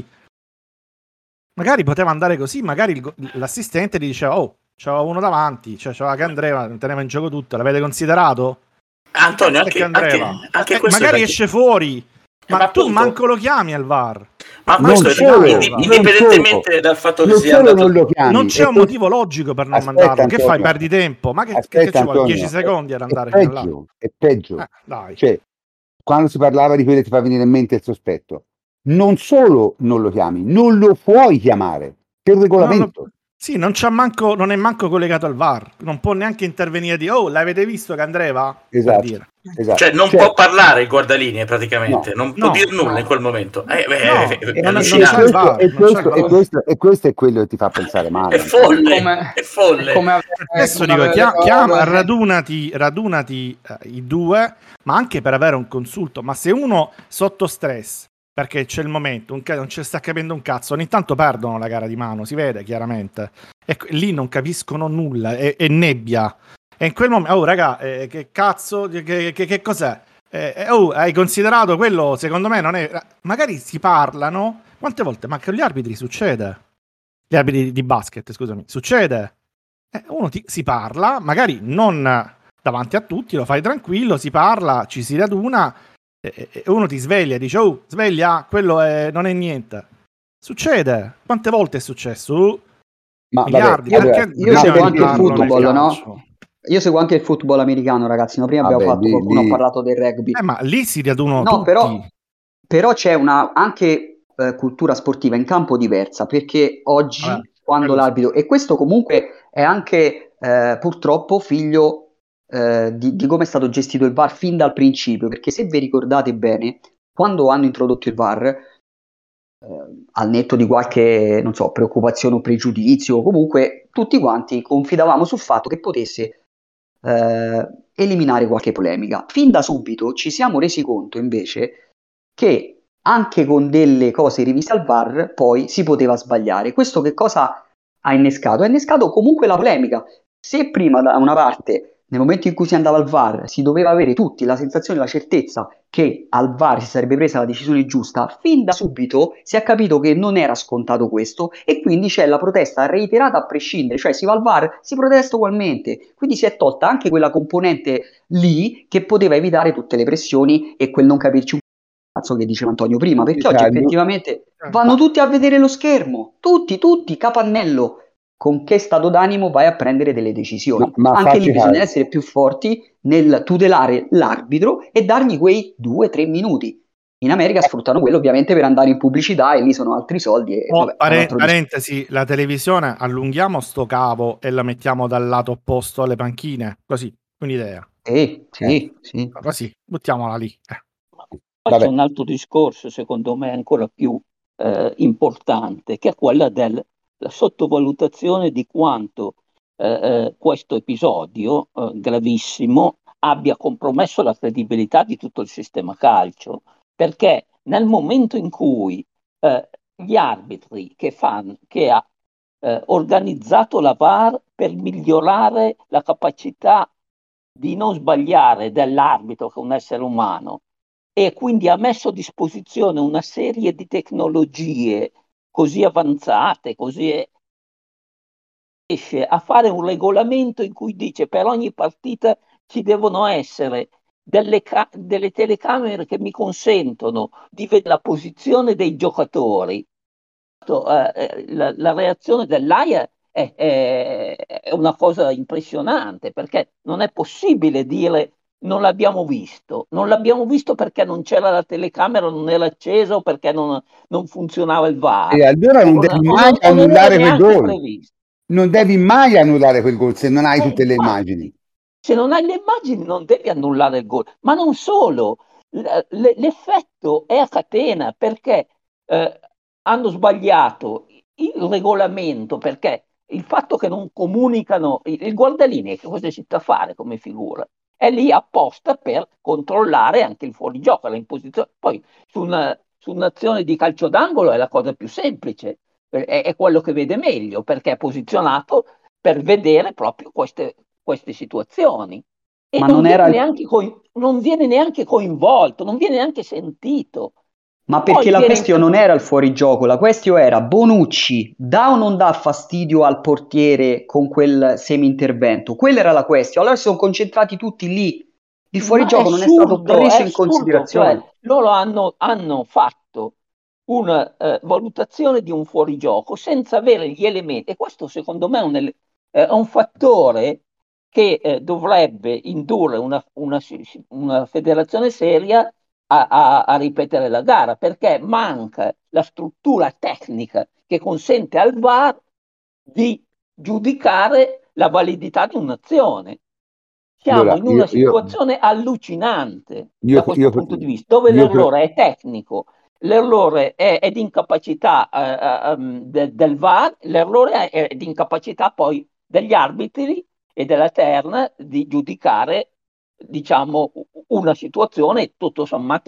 magari poteva andare così, magari l'assistente gli diceva c'era uno davanti, c'era Candreva, teneva in gioco tutto, l'avete considerato? Antonio, anche questo magari esce fuori, ma tu manco lo chiami al VAR. Ma questo indipendentemente dal fatto che sia andato... non c'è un motivo logico per non mandarlo. Antonio, che fai? Perdi tempo? Ma che ci vuole 10 secondi ad andare fino là? È peggio. Dai. Cioè, quando si parlava di quello ti fa venire in mente il sospetto, non solo non lo chiami, non lo puoi chiamare per regolamento. Sì, non è manco collegato al VAR, non può neanche intervenire di l'avete visto Candreva? Esatto. Cioè non può parlare il guardalinee praticamente, non può dire nulla in quel momento. È allucinante. E questo è quello che ti fa pensare male. È folle. Adesso dico, radunati i due, ma anche per avere un consulto. Ma se uno sotto stress perché c'è il momento, non ci sta capendo un cazzo, ogni tanto perdono la gara di mano, si vede chiaramente, e lì non capiscono nulla, è nebbia, e in quel momento, oh raga, che cazzo, che cos'è? Hai considerato quello, secondo me non è, magari si parlano, quante volte, ma che gli arbitri succede, gli arbitri di basket, scusami, succede, uno si parla, magari non davanti a tutti, lo fai tranquillo, si parla, ci si raduna, e uno ti sveglia e dice, oh, sveglia, quello non è niente. Succede. Quante volte è successo? Ma Miliardi. vabbè, Perché io seguo anche il parlo nel football, no? calcio? Io seguo anche il football americano, ragazzi. No, prima abbiamo Vabbè, fatto, qualcuno ha parlato del rugby. Ma lì si radunano No, tutti. però c'è una anche cultura sportiva in campo diversa, perché oggi, Vabbè, quando quello sì. l'arbitro, e questo comunque è anche purtroppo figlio di come è stato gestito il VAR fin dal principio, perché se vi ricordate bene, quando hanno introdotto il VAR, al netto di qualche, non so, preoccupazione o pregiudizio, comunque tutti quanti confidavamo sul fatto che potesse eliminare qualche polemica. Fin da subito ci siamo resi conto invece che anche con delle cose riviste al VAR poi si poteva sbagliare. Questo che cosa ha innescato? Ha innescato comunque la polemica. Se prima da una parte, nel momento in cui si andava al VAR, si doveva avere tutti la sensazione e la certezza che al VAR si sarebbe presa la decisione giusta, fin da subito si è capito che non era scontato questo e quindi c'è la protesta reiterata a prescindere, cioè si va al VAR, si protesta ugualmente. Quindi si è tolta anche quella componente lì che poteva evitare tutte le pressioni e quel non capirci un cazzo che diceva Antonio prima, perché oggi effettivamente vanno tutti a vedere lo schermo, tutti, capannello. Con che stato d'animo vai a prendere delle decisioni? Ma anche lì bisogna essere più forti nel tutelare l'arbitro e dargli quei 2-3 minuti. In America sfruttano quello ovviamente per andare in pubblicità e lì sono altri soldi. E, vabbè, parentesi, la televisione allunghiamo sto cavo e la mettiamo dal lato opposto alle panchine, così, un'idea. Sì. Così, buttiamola lì. Poi c'è un altro discorso, secondo me, ancora più importante, che è quella della sottovalutazione di quanto questo episodio gravissimo abbia compromesso la credibilità di tutto il sistema calcio, perché nel momento in cui gli arbitri che ha organizzato la VAR per migliorare la capacità di non sbagliare dell'arbitro, che è un essere umano, e quindi ha messo a disposizione una serie di tecnologie così avanzate, così riesce a fare un regolamento in cui dice per ogni partita ci devono essere delle telecamere che mi consentono di vedere la posizione dei giocatori. La reazione dell'AIA è una cosa impressionante, perché non è possibile dire non l'abbiamo visto perché non c'era la telecamera, non era accesa o perché non funzionava il VAR. E allora non devi mai annullare quel gol. Non devi mai annullare quel gol se non hai tutte le immagini. Se non hai le immagini non devi annullare il gol, ma non solo, l'effetto è a catena, perché hanno sbagliato il regolamento, perché il fatto che non comunicano il guardalinee, che cosa ci sta a fare come figura? È lì apposta per controllare anche il fuorigioco, la imposizione. Poi su un'azione di calcio d'angolo è la cosa più semplice, è quello che vede meglio, perché è posizionato per vedere proprio queste situazioni. E ma non viene neanche coinvolto, non viene neanche sentito. Ma perché la questione non era il fuorigioco, la questione era Bonucci dà o non dà fastidio al portiere con quel semi-intervento? Quella era la questione. Allora si sono concentrati tutti lì. Il fuorigioco non è stato preso in considerazione. Cioè, loro hanno fatto una valutazione di un fuorigioco senza avere gli elementi, e questo secondo me è un fattore che dovrebbe indurre una federazione seria a ripetere la gara, perché manca la struttura tecnica che consente al VAR di giudicare la validità di un'azione. Siamo in una situazione allucinante da questo punto di vista, dove l'errore è tecnico, l'errore è di incapacità del VAR, l'errore è di incapacità poi degli arbitri e della terna di giudicare, diciamo, una situazione tutto sommato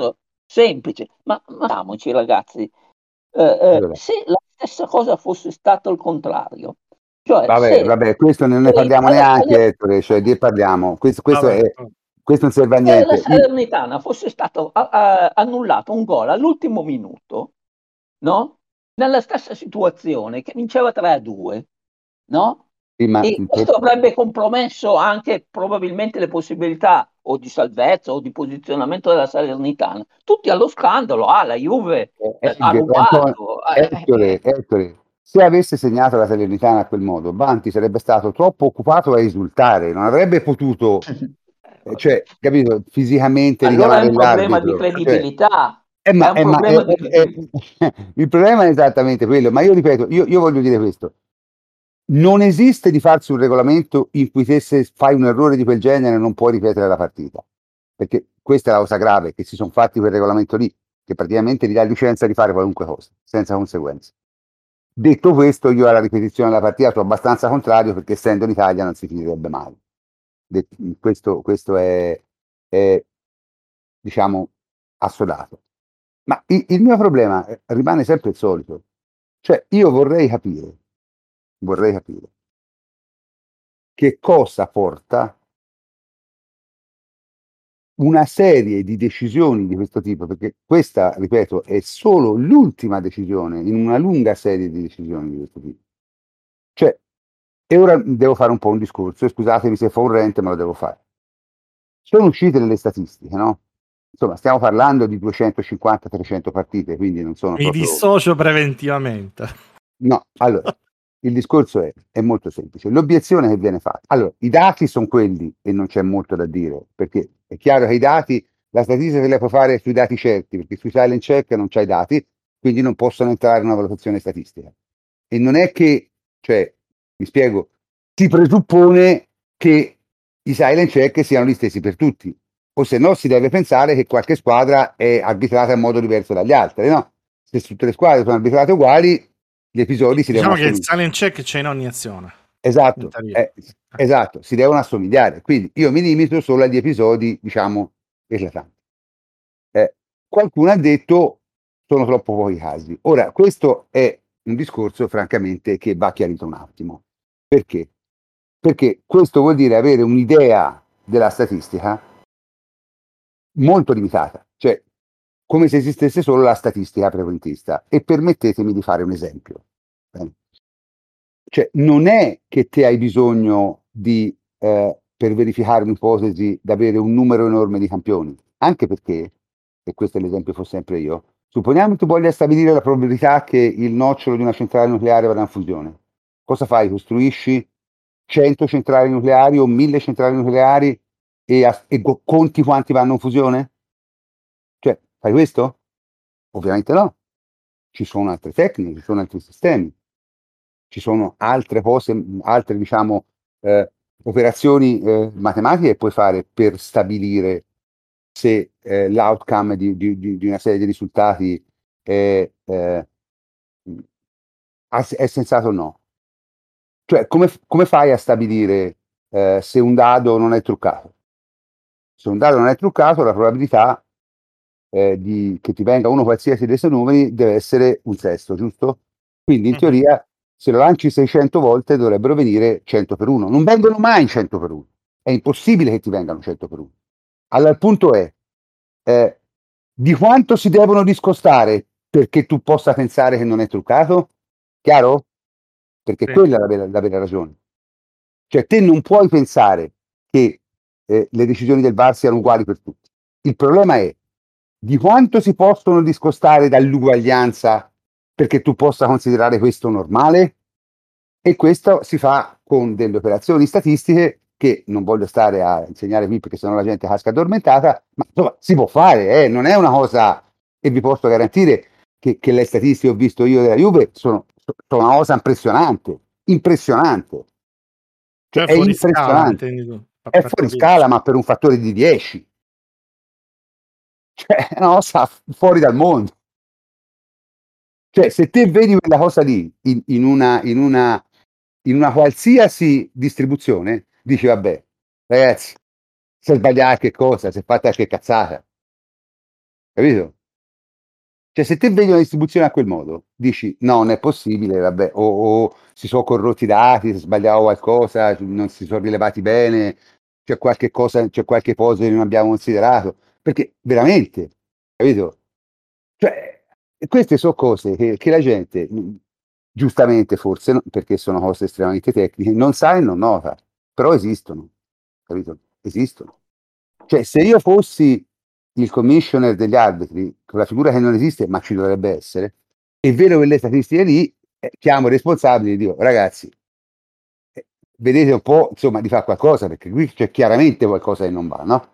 semplice, ma andiamoci ragazzi, se la stessa cosa fosse stato il contrario, cioè Vabbè, questo non ne parliamo neanche, Ettore, cioè di parliamo, questo non serve a se niente. la Salernitana fosse stato annullato un gol all'ultimo minuto, no? Nella stessa situazione che vinceva 3-2, no? E questo avrebbe compromesso anche probabilmente le possibilità o di salvezza o di posizionamento della Salernitana. Tutti allo scandalo, la Juve ha rubato. Ettore, se avesse segnato la Salernitana a quel modo, Banti sarebbe stato troppo occupato a esultare, non avrebbe potuto, cioè, capito, fisicamente allora richiamare è un problema l'arbitro. di credibilità. Il problema è esattamente quello, ma io ripeto, io voglio dire questo. Non esiste di farsi un regolamento in cui te se fai un errore di quel genere non puoi ripetere la partita, perché questa è la cosa grave, che si sono fatti quel regolamento lì, che praticamente gli dà licenza di fare qualunque cosa, senza conseguenze. Detto questo, io alla ripetizione della partita sono abbastanza contrario, perché essendo in Italia non si finirebbe male. Questo è diciamo, assodato. Ma il mio problema rimane sempre il solito. Cioè, io vorrei capire che cosa porta una serie di decisioni di questo tipo, perché questa, ripeto, è solo l'ultima decisione in una lunga serie di decisioni di questo tipo. Cioè, e ora devo fare un po' un discorso, e scusatemi se fa un rente, ma lo devo fare. Sono uscite delle statistiche, no? Insomma, stiamo parlando di 250-300 partite, quindi non sono Mi dissocio preventivamente. No, allora, il discorso è molto semplice. L'obiezione che viene fatta. Allora, i dati sono quelli e non c'è molto da dire, perché è chiaro che i dati, la statistica se la puoi fare sui dati certi, perché sui silent check non c'hai dati, quindi non possono entrare in una valutazione statistica. E non è che, cioè, mi spiego, si presuppone che i silent check siano gli stessi per tutti, o se no si deve pensare che qualche squadra è arbitrata in modo diverso dagli altri, no? Se tutte le squadre sono arbitrate uguali, gli episodi si devono assomigliare. Diciamo che il silent check c'è in ogni azione. Esatto, esatto, si devono assomigliare. Quindi io mi limito solo agli episodi, diciamo, eclatanti. Qualcuno ha detto sono troppo pochi casi. Ora, questo è un discorso, francamente, che va chiarito un attimo. Perché? Perché questo vuol dire avere un'idea della statistica molto limitata, cioè come se esistesse solo la statistica prevalentista. E permettetemi di fare un esempio. Cioè, non è che te hai bisogno di, per verificare un'ipotesi, di avere un numero enorme di campioni, anche perché, e questo è l'esempio che fo sempre io, supponiamo che tu voglia stabilire la probabilità che il nocciolo di una centrale nucleare vada in fusione. Cosa fai? Costruisci 100 centrali nucleari o 1000 centrali nucleari e conti quanti vanno in fusione? Cioè, fai questo? Ovviamente no. Ci sono altre tecniche, ci sono altri sistemi. Ci sono altre cose, altre diciamo operazioni matematiche che puoi fare per stabilire se l'outcome di una serie di risultati è sensato o no. Cioè, come fai a stabilire se un dado non è truccato? Se un dado non è truccato, la probabilità che ti venga uno qualsiasi dei suoi numeri deve essere un sesto, giusto? Quindi in teoria se lo lanci 600 volte dovrebbero venire 100 per 1. Non vengono mai 100 per 1. È impossibile che ti vengano 100 per 1. Allora il punto è di quanto si devono discostare perché tu possa pensare che non è truccato? Chiaro? Perché quella è la vera ragione. Cioè te non puoi pensare che le decisioni del VAR siano uguali per tutti. Il problema è di quanto si possono discostare dall'uguaglianza perché tu possa considerare questo normale, e questo si fa con delle operazioni statistiche che non voglio stare a insegnare qui perché sennò la gente casca addormentata, ma insomma si può fare, non è una cosa, e vi posso garantire che le statistiche che ho visto io della Juve sono una cosa impressionante. Cioè, è fuori impressionante. Scala, è fuori scala, ma per un fattore di 10. Cioè, è una cosa fuori dal mondo. Cioè, se te vedi quella cosa lì in una qualsiasi distribuzione, dici vabbè, ragazzi, se sbagliate che cosa, se fate anche cazzata. Capito? Cioè, se te vedi una distribuzione a quel modo, dici no, non è possibile, vabbè, o si sono corrotti i dati, si sbagliava qualcosa, non si sono rilevati bene, c'è qualche cosa che non abbiamo considerato, perché veramente, capito? Cioè, queste sono cose che la gente, giustamente forse, perché sono cose estremamente tecniche, non sa e non nota, però esistono, capito? Esistono. Cioè, se io fossi il commissioner degli arbitri, quella figura che non esiste, ma ci dovrebbe essere, e vedo quelle statistiche lì, chiamo i responsabili e dico, ragazzi, vedete un po', insomma, di fare qualcosa, perché qui c'è chiaramente qualcosa che non va, no?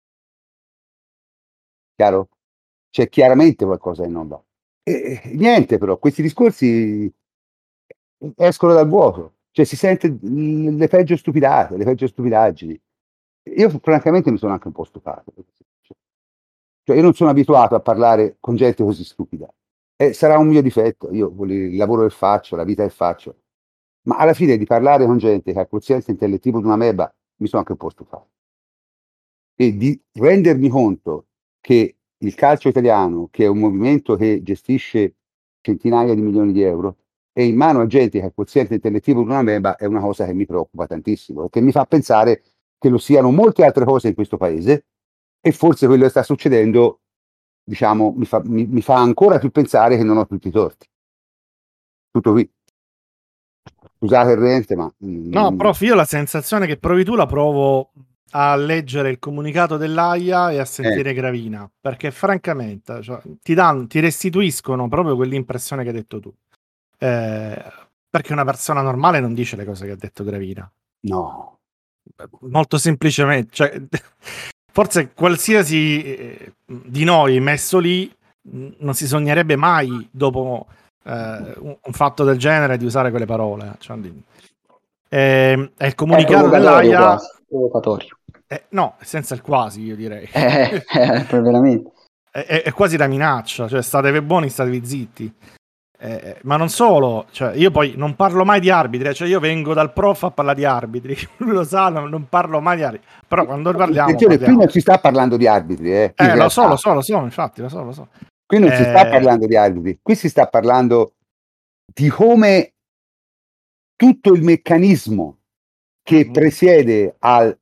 Chiaro? C'è chiaramente qualcosa che non va. E niente, però, questi discorsi escono dal vuoto, cioè si sente le peggio stupidate, le peggio stupidaggini. Io francamente mi sono anche un po' stufato. Cioè, io non sono abituato a parlare con gente così stupida. Sarà un mio difetto, io il lavoro che faccio, la vita che faccio, ma alla fine di parlare con gente che ha il quoziente intellettivo di una meba, mi sono anche un po' stufato. E di rendermi conto che il calcio italiano, che è un movimento che gestisce centinaia di milioni di euro, è in mano a gente che ha il quoziente intellettivo di una meba, è una cosa che mi preoccupa tantissimo, che mi fa pensare che lo siano molte altre cose in questo paese, e forse quello che sta succedendo, diciamo, mi fa ancora più pensare che non ho tutti i torti. Tutto qui. Scusate il rente, ma... No, prof, io la sensazione che provi tu la provo a leggere il comunicato dell'AIA e a sentire Gravina, perché francamente ti restituiscono proprio quell'impressione che hai detto tu. Perché una persona normale non dice le cose che ha detto Gravina. No. Molto semplicemente, cioè, forse qualsiasi di noi messo lì non si sognerebbe mai dopo un fatto del genere di usare quelle parole. Cioè, è il comunicato dell'AIA provocatorio. No, senza il quasi, io direi. Veramente. È quasi da minaccia, cioè statevi buoni, statevi zitti. Ma non solo, cioè io poi non parlo mai di arbitri, cioè io vengo dal prof a parlare di arbitri, lui lo sa, non parlo mai di arbitri, però quando parliamo... Qui non si sta parlando di arbitri, lo so, infatti, lo so. Qui non si sta parlando di arbitri, qui si sta parlando di come tutto il meccanismo che presiede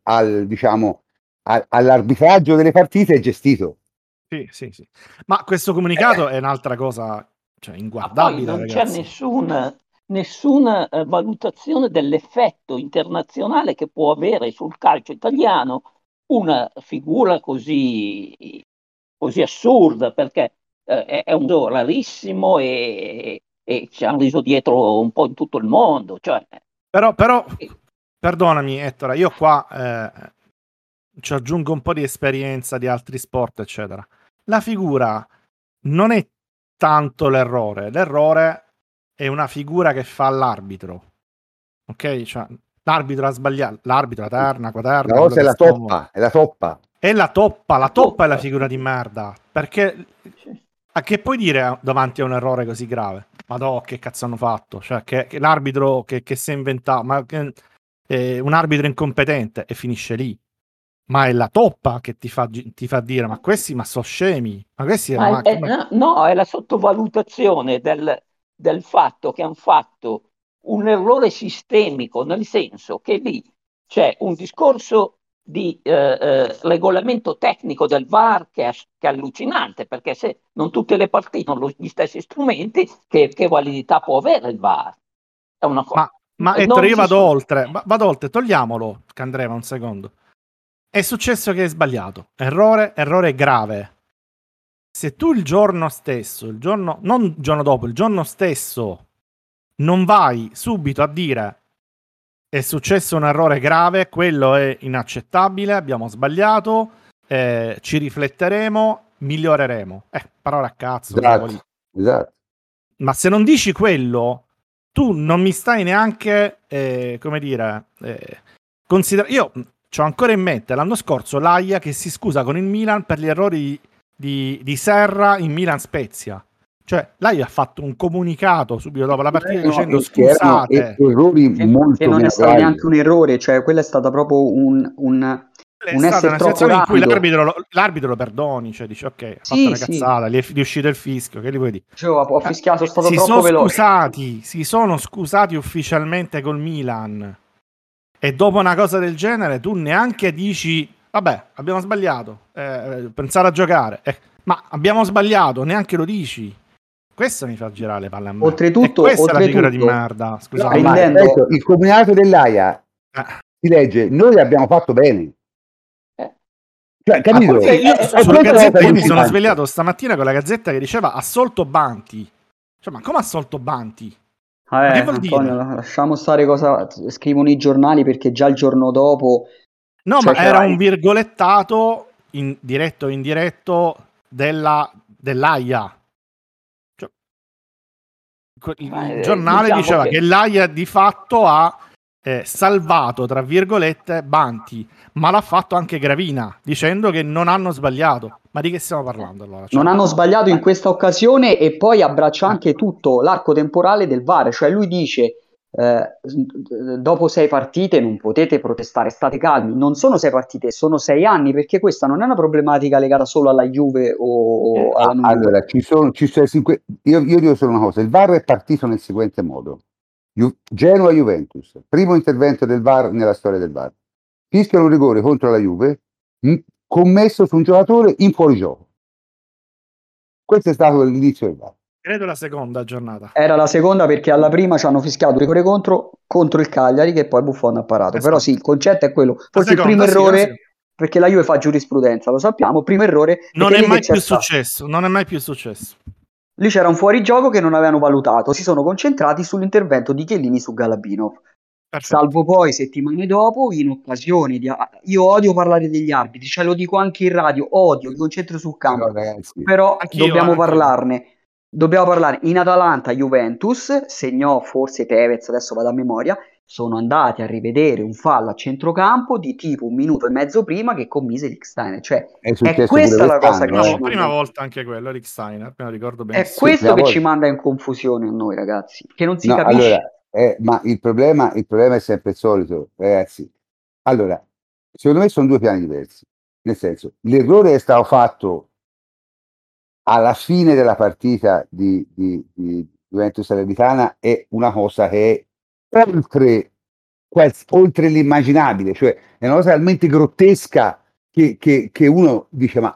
all'arbitraggio delle partite è gestito. Sì. Ma questo comunicato è un'altra cosa, cioè, inguardabile. Poi non ragazzi. C'è nessuna valutazione dell'effetto internazionale che può avere sul calcio italiano una figura così assurda, perché è un gioco rarissimo e ci hanno riso dietro un po' in tutto il mondo. Cioè, però perdonami Ettore, io qua ci aggiungo un po' di esperienza di altri sport, eccetera. La figura non è tanto l'errore è una figura che fa l'arbitro, ok? Cioè, l'arbitro ha sbagliato, l'arbitro, la terna, quaterna, la cosa è la toppa, è la toppa. È la toppa è la figura di merda, perché a che puoi dire davanti a un errore così grave? Madò, che cazzo hanno fatto? Cioè, che l'arbitro che si è inventato, ma un arbitro incompetente, e finisce lì. Ma è la toppa che ti fa dire, ma questi sono scemi, ma questi no, è la sottovalutazione del fatto che hanno fatto un errore sistemico, nel senso che lì c'è un discorso di regolamento tecnico del VAR che è allucinante, perché se non tutte le partite hanno gli stessi strumenti, che validità può avere il VAR? È una cosa. Ma Ettore, io vado oltre, togliamolo, Candreva, un secondo. È successo che è sbagliato, errore grave. Se tu il giorno stesso, non il giorno dopo, il giorno stesso non vai subito a dire è successo un errore grave, quello è inaccettabile, abbiamo sbagliato, ci rifletteremo, miglioreremo. Parole a cazzo. Esatto. Ma se non dici quello, tu non mi stai neanche, come dire, io c'ho ancora in mente l'anno scorso l'AIA che si scusa con il Milan per gli errori di Serra in Milan-Spezia. Cioè, l'AIA ha fatto un comunicato subito dopo la partita dicendo scusate. Errori molto che non è stato neanche un errore, cioè quella è stata proprio È stata una situazione in cui l'arbitro lo perdoni, cioè dice ok, ha fatto una cazzata, gli è uscito il fischio, che gli vuoi dire? Ho fischiato, sono stato troppo veloce. Si sono scusati ufficialmente col Milan, e dopo una cosa del genere tu neanche dici vabbè, abbiamo sbagliato, pensare a giocare, ma abbiamo sbagliato, neanche lo dici. Questo mi fa girare le palle a me. Oltretutto, questa è la figura di merda, scusate. Il comunicato dell'AIA si legge: noi abbiamo fatto bene. Cioè, capito? Sulla Gazzetta io mi sono svegliato stamattina con la Gazzetta che diceva assolto Banti. Cioè, ma come assolto Banti? Che vuol Antonio, dire? lasciamo stare cosa scrivono i giornali, perché già il giorno dopo... No, ma era un virgolettato diretto o indiretto dell'AIA. Cioè, il giornale diceva che l'AIA di fatto ha salvato, tra virgolette, Banti, ma l'ha fatto anche Gravina, dicendo che non hanno sbagliato. Ma di che stiamo parlando allora? Non hanno sbagliato in questa occasione, e poi abbraccia anche tutto l'arco temporale del VAR, cioè lui dice dopo 6 partite non potete protestare, state calmi. Non sono 6 partite, sono 6 anni, perché questa non è una problematica legata solo alla Juve o alla non Allora, io dico solo una cosa: il VAR è partito nel seguente modo. Genoa-Juventus, primo intervento del VAR nella storia del VAR, fischiano un rigore contro la Juve commesso su un giocatore in fuorigioco. Questo è stato l'inizio del VAR. Credo la seconda giornata. Era la seconda, perché alla prima ci hanno fischiato un rigore contro il Cagliari, che poi Buffon ha parato. Però sì, il concetto è quello. Forse il primo errore, perché la Juve fa giurisprudenza, lo sappiamo, primo errore... Non è mai più successo. Lì c'era un fuorigioco che non avevano valutato, si sono concentrati sull'intervento di Chiellini su Galabinov. Perfetto. Salvo poi settimane dopo, in occasioni di... Io odio parlare degli arbitri, cioè lo dico anche in radio, mi concentro sul campo, però dobbiamo parlarne. Dobbiamo parlare. In Atalanta Juventus segnò forse Tevez, adesso vado a memoria, sono andati a rivedere un fallo a centrocampo di tipo 1 minuto e mezzo prima che commise Rick Steiner, cioè è questa la cosa che ci prima volta anche quello, Rick Steiner, me lo ricordo bene. È questo che ci manda in confusione a noi, ragazzi, che non si capisce. Allora, ma il problema è sempre il solito, ragazzi. Allora, secondo me sono 2 piani diversi, nel senso, l'errore è stato fatto alla fine della partita di Juventus Salernitana, è una cosa che è oltre l'immaginabile, cioè è una cosa talmente grottesca che uno dice ma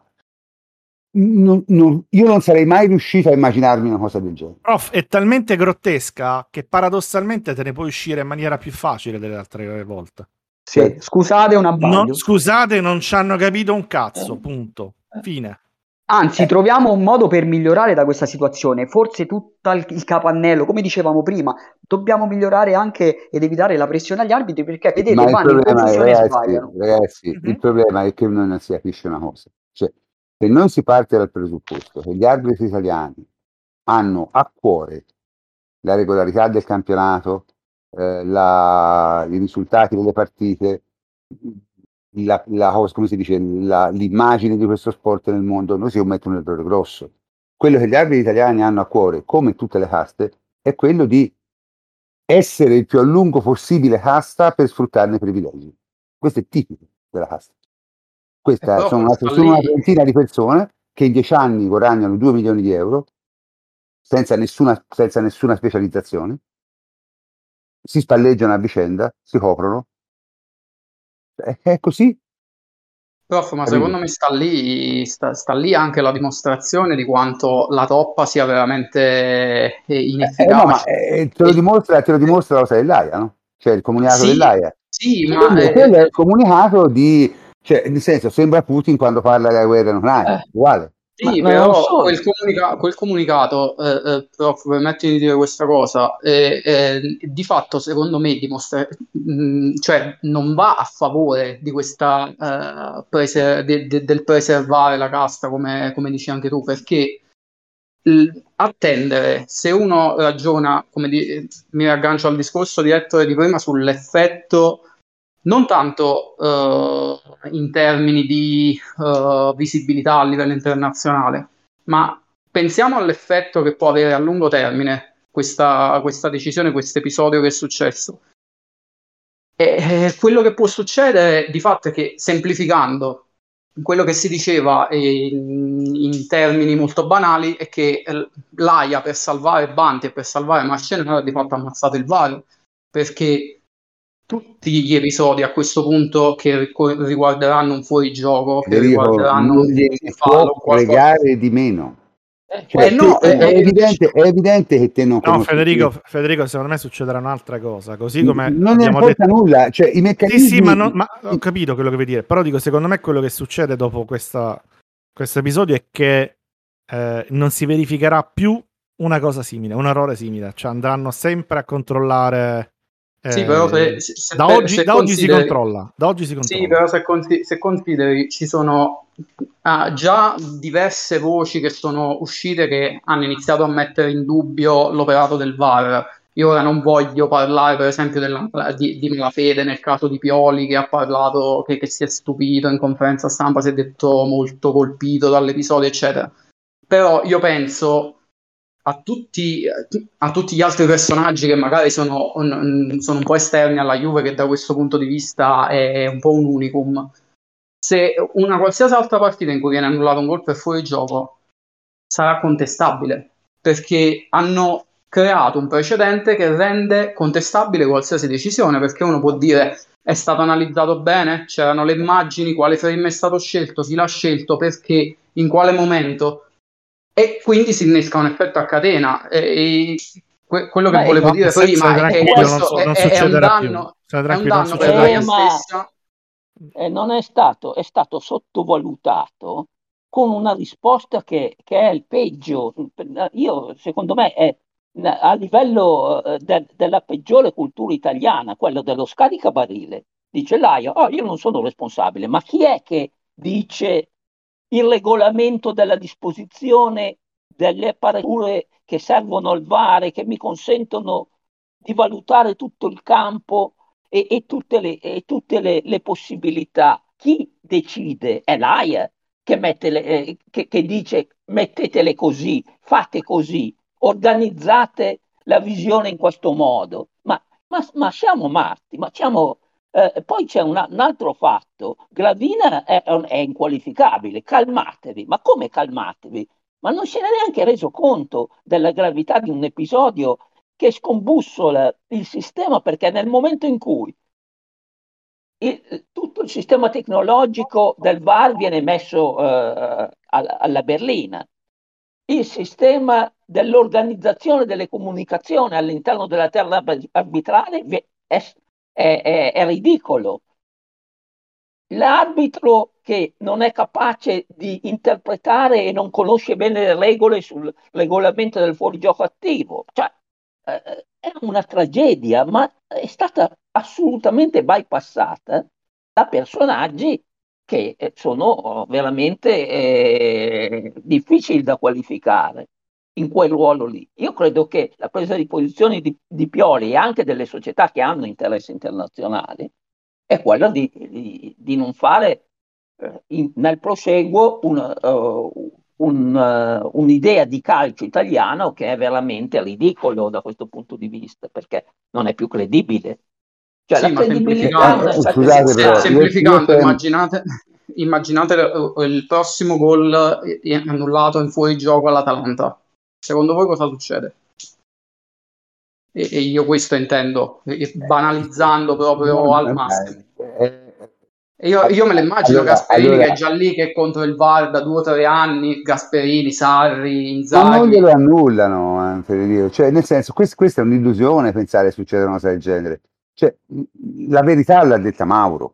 io non sarei mai riuscito a immaginarmi una cosa del genere. Prof, è talmente grottesca che paradossalmente te ne puoi uscire in maniera più facile delle altre volte. Sì, scusate, un abbaglio. Scusate, non ci hanno capito un cazzo, punto. Fine. Anzi, troviamo un modo per migliorare da questa situazione. Forse tutto il capannello, come dicevamo prima, dobbiamo migliorare anche ed evitare la pressione agli arbitri, perché vedete, vanno in confusione e sbagliano. Ragazzi, il problema è che noi non si capisce una cosa. Cioè, se non si parte dal presupposto che gli arbitri italiani hanno a cuore la regolarità del campionato, i risultati delle partite, come si dice, l'immagine di questo sport nel mondo, noi si commette un errore grosso. Quello che gli arbitri italiani hanno a cuore, come tutte le caste, è quello di essere il più a lungo possibile casta per sfruttarne i privilegi. Questo è tipico della casta. Questa sono una trentina di persone che in 10 anni guadagnano 2 milioni di euro senza nessuna specializzazione, si spalleggiano a vicenda, si coprono. È così. Prof, ma secondo me sta lì anche la dimostrazione di quanto la toppa sia veramente inefficace. Te lo dimostra la cosa dell'AIA, no? Cioè il comunicato dell'AIA. Sì, ma quello è il comunicato di... Cioè, nel senso, sembra Putin quando parla della guerra in Ucraina, uguale. Sì, però quel comunicato, prof, permettimi di dire questa cosa, di fatto secondo me dimostra, cioè non va a favore di questa del preservare la casta, come dici anche tu, perché attendere, se uno ragiona, mi aggancio al discorso diretto di prima, sull'effetto non tanto in termini di visibilità a livello internazionale, ma pensiamo all'effetto che può avere a lungo termine questa decisione, questo episodio che è successo. E quello che può succedere di fatto è che, semplificando, quello che si diceva in termini molto banali è che l'AIA, per salvare Banti e per salvare Marcello, di fatto ha ammazzato il VAR, perché tutti gli episodi a questo punto che riguarderanno un fuorigioco, che Federico, riguarderanno non un gliene fallo, può fregare di meno. Cioè, no, è evidente che te non No, conosci. Federico, secondo me succederà un'altra cosa, così come Non ne abbiamo importa detto. nulla, cioè i meccanismi. Sì, ma ho capito quello che vuoi dire, però dico, secondo me quello che succede dopo questo episodio è che non si verificherà più una cosa simile, un errore simile, cioè andranno sempre a controllare. Sì, però da oggi si controlla. Sì, però se consideri, ci sono già diverse voci che sono uscite che hanno iniziato a mettere in dubbio l'operato del VAR. Io ora non voglio parlare, per esempio, di Malafede nel caso di Pioli, che ha parlato, che si è stupito in conferenza stampa, si è detto molto colpito dall'episodio, eccetera. Però io penso a tutti gli altri personaggi che magari sono un po' esterni alla Juve, che da questo punto di vista è un po' un unicum. Se una qualsiasi altra partita in cui viene annullato un gol per fuorigioco sarà contestabile, perché hanno creato un precedente che rende contestabile qualsiasi decisione, perché uno può dire è stato analizzato bene, c'erano le immagini, quale frame è stato scelto, chi l'ha scelto, perché, in quale momento, e quindi si innesca un effetto a catena. Quello che volevo dire prima è che questo è un danno, per l'AIA stessa. Non è stato sottovalutato con una risposta che è il peggio. Secondo me è a livello della peggiore cultura italiana, quello dello scaricabarile. Dice l'AIA, io non sono responsabile, ma chi è che dice il regolamento della disposizione delle apparature che servono al VAR e che mi consentono di valutare tutto il campo e tutte le possibilità? Chi decide? È l'AIA che dice mettetele così, fate così, organizzate la visione in questo modo. Ma siamo matti, poi c'è un altro fatto. Gravina è inqualificabile, calmatevi. Ma come calmatevi? Ma non si è neanche reso conto della gravità di un episodio che scombussola il sistema, perché nel momento in cui tutto il sistema tecnologico del VAR viene messo alla berlina, il sistema dell'organizzazione delle comunicazioni all'interno della terra arbitrale è ridicolo. L'arbitro che non è capace di interpretare e non conosce bene le regole sul regolamento del fuorigioco attivo, cioè, è una tragedia, ma è stata assolutamente bypassata da personaggi che sono veramente difficili da qualificare in quel ruolo lì. Io credo che la presa di posizione di Pioli e anche delle società che hanno interessi internazionali è quella di non fare nel proseguo un'idea di calcio italiano che è veramente ridicolo da questo punto di vista, perché non è più credibile. Cioè, sì, la credibilità semplificando, immaginate il prossimo gol annullato in fuorigioco all'Atalanta. Secondo voi cosa succede? E io questo intendo, banalizzando proprio al massimo. Io me lo immagino, Gasperini che è già lì, che è contro il VAR da 2 o 3 anni, Gasperini, Sarri, Inzaghi. Ma non glielo annullano, Federico. Cioè, nel senso, questa è un'illusione pensare succeda una cosa del genere. Cioè, la verità l'ha detta Mauro.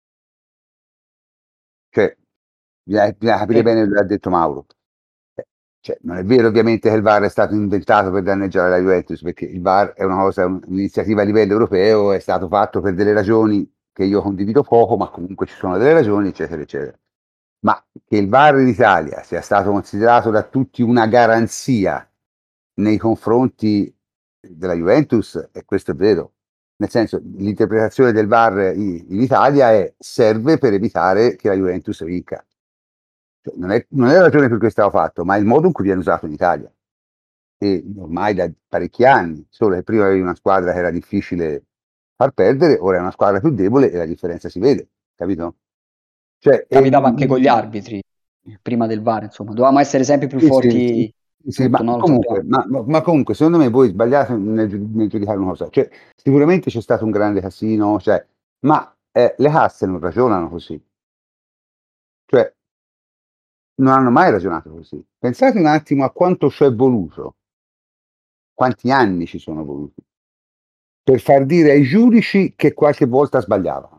Cioè, bisogna capire bene quello che ha detto Mauro. Cioè, non è vero ovviamente che il VAR è stato inventato per danneggiare la Juventus, perché il VAR è una cosa, un'iniziativa a livello europeo, è stato fatto per delle ragioni che io condivido poco, ma comunque ci sono delle ragioni, eccetera, eccetera. Ma che il VAR in Italia sia stato considerato da tutti una garanzia nei confronti della Juventus, e questo è vero. Nel senso, l'interpretazione del VAR in Italia serve per evitare che la Juventus vinca. Non è la ragione per cui è stato fatto, ma è il modo in cui viene usato in Italia. E ormai da parecchi anni, solo che prima avevi una squadra che era difficile far perdere, ora è una squadra più debole e la differenza si vede, capito? Cioè, Capitava anche con gli arbitri, prima del VAR, insomma, dovevamo essere sempre più sì, forti, sì, ma tutto, no? Lo comunque, sappiamo. ma comunque, secondo me voi sbagliate nel giudicare una cosa. Cioè, sicuramente c'è stato un grande casino, cioè, ma le casse non ragionano così. Cioè, non hanno mai ragionato così. Pensate un attimo a quanto c'è voluto, quanti anni ci sono voluti, per far dire ai giudici che qualche volta sbagliavano.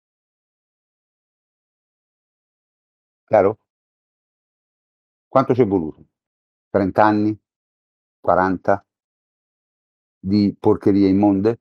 Chiaro? Quanto c'è voluto? 30 anni? 40? Di porcherie immonde?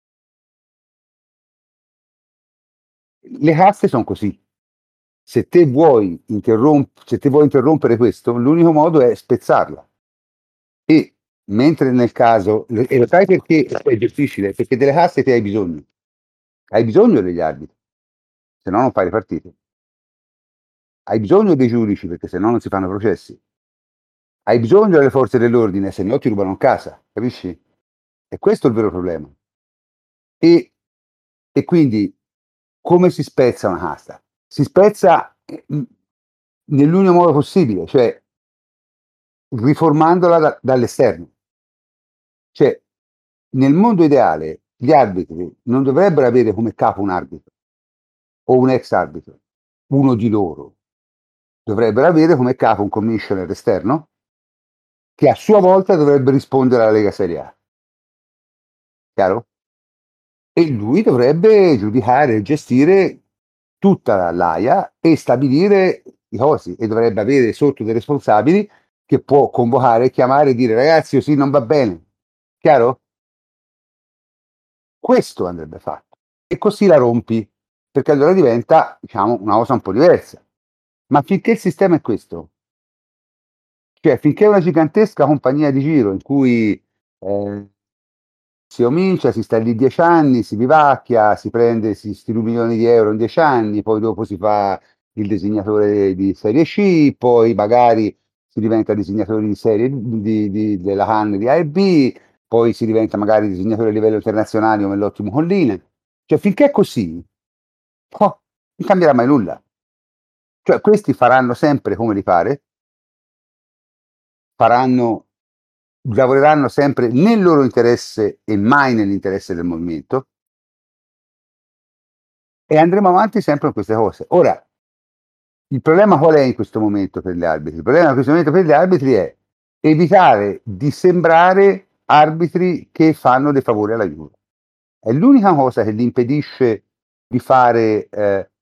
Le casse sono così. Se te vuoi interrompere questo, l'unico modo è spezzarla. E mentre nel caso, e lo sai perché è difficile? Perché delle casse te hai bisogno. Hai bisogno degli arbitri, se no non fai le partite. Hai bisogno dei giudici perché se no non si fanno processi. Hai bisogno delle forze dell'ordine, se no ti rubano casa, capisci? E questo è il vero problema. E, e quindi come si spezza una casta? Si spezza nell'unico modo possibile, cioè riformandola dall'esterno. Cioè, nel mondo ideale, gli arbitri non dovrebbero avere come capo un arbitro o un ex arbitro, uno di loro. Dovrebbero avere come capo un commissioner esterno che a sua volta dovrebbe rispondere alla Lega Serie A. Chiaro? E lui dovrebbe giudicare e gestire tutta l'AIA e stabilire i cosi e dovrebbe avere sotto dei responsabili che può convocare, chiamare e dire ragazzi così non va bene. Chiaro? Questo andrebbe fatto. E così la rompi, perché allora diventa, diciamo, una cosa un po' diversa. Ma finché il sistema è questo, cioè finché è una gigantesca compagnia di giro in cui si comincia, si sta lì 10 anni, si vivacchia, si prende, si ruba milioni di euro in 10 anni, poi dopo si fa il disegnatore di serie C, poi magari si diventa disegnatore di serie della CAN di A e B, poi si diventa magari disegnatore a livello internazionale come l'Ottimo Colline. Cioè finché è così, non cambierà mai nulla. Cioè questi faranno sempre come li pare, lavoreranno sempre nel loro interesse e mai nell'interesse del movimento e andremo avanti sempre con queste cose. Ora, il problema qual è in questo momento per gli arbitri? Il problema in questo momento per gli arbitri è evitare di sembrare arbitri che fanno dei favori alla Juve. È l'unica cosa che gli impedisce di fare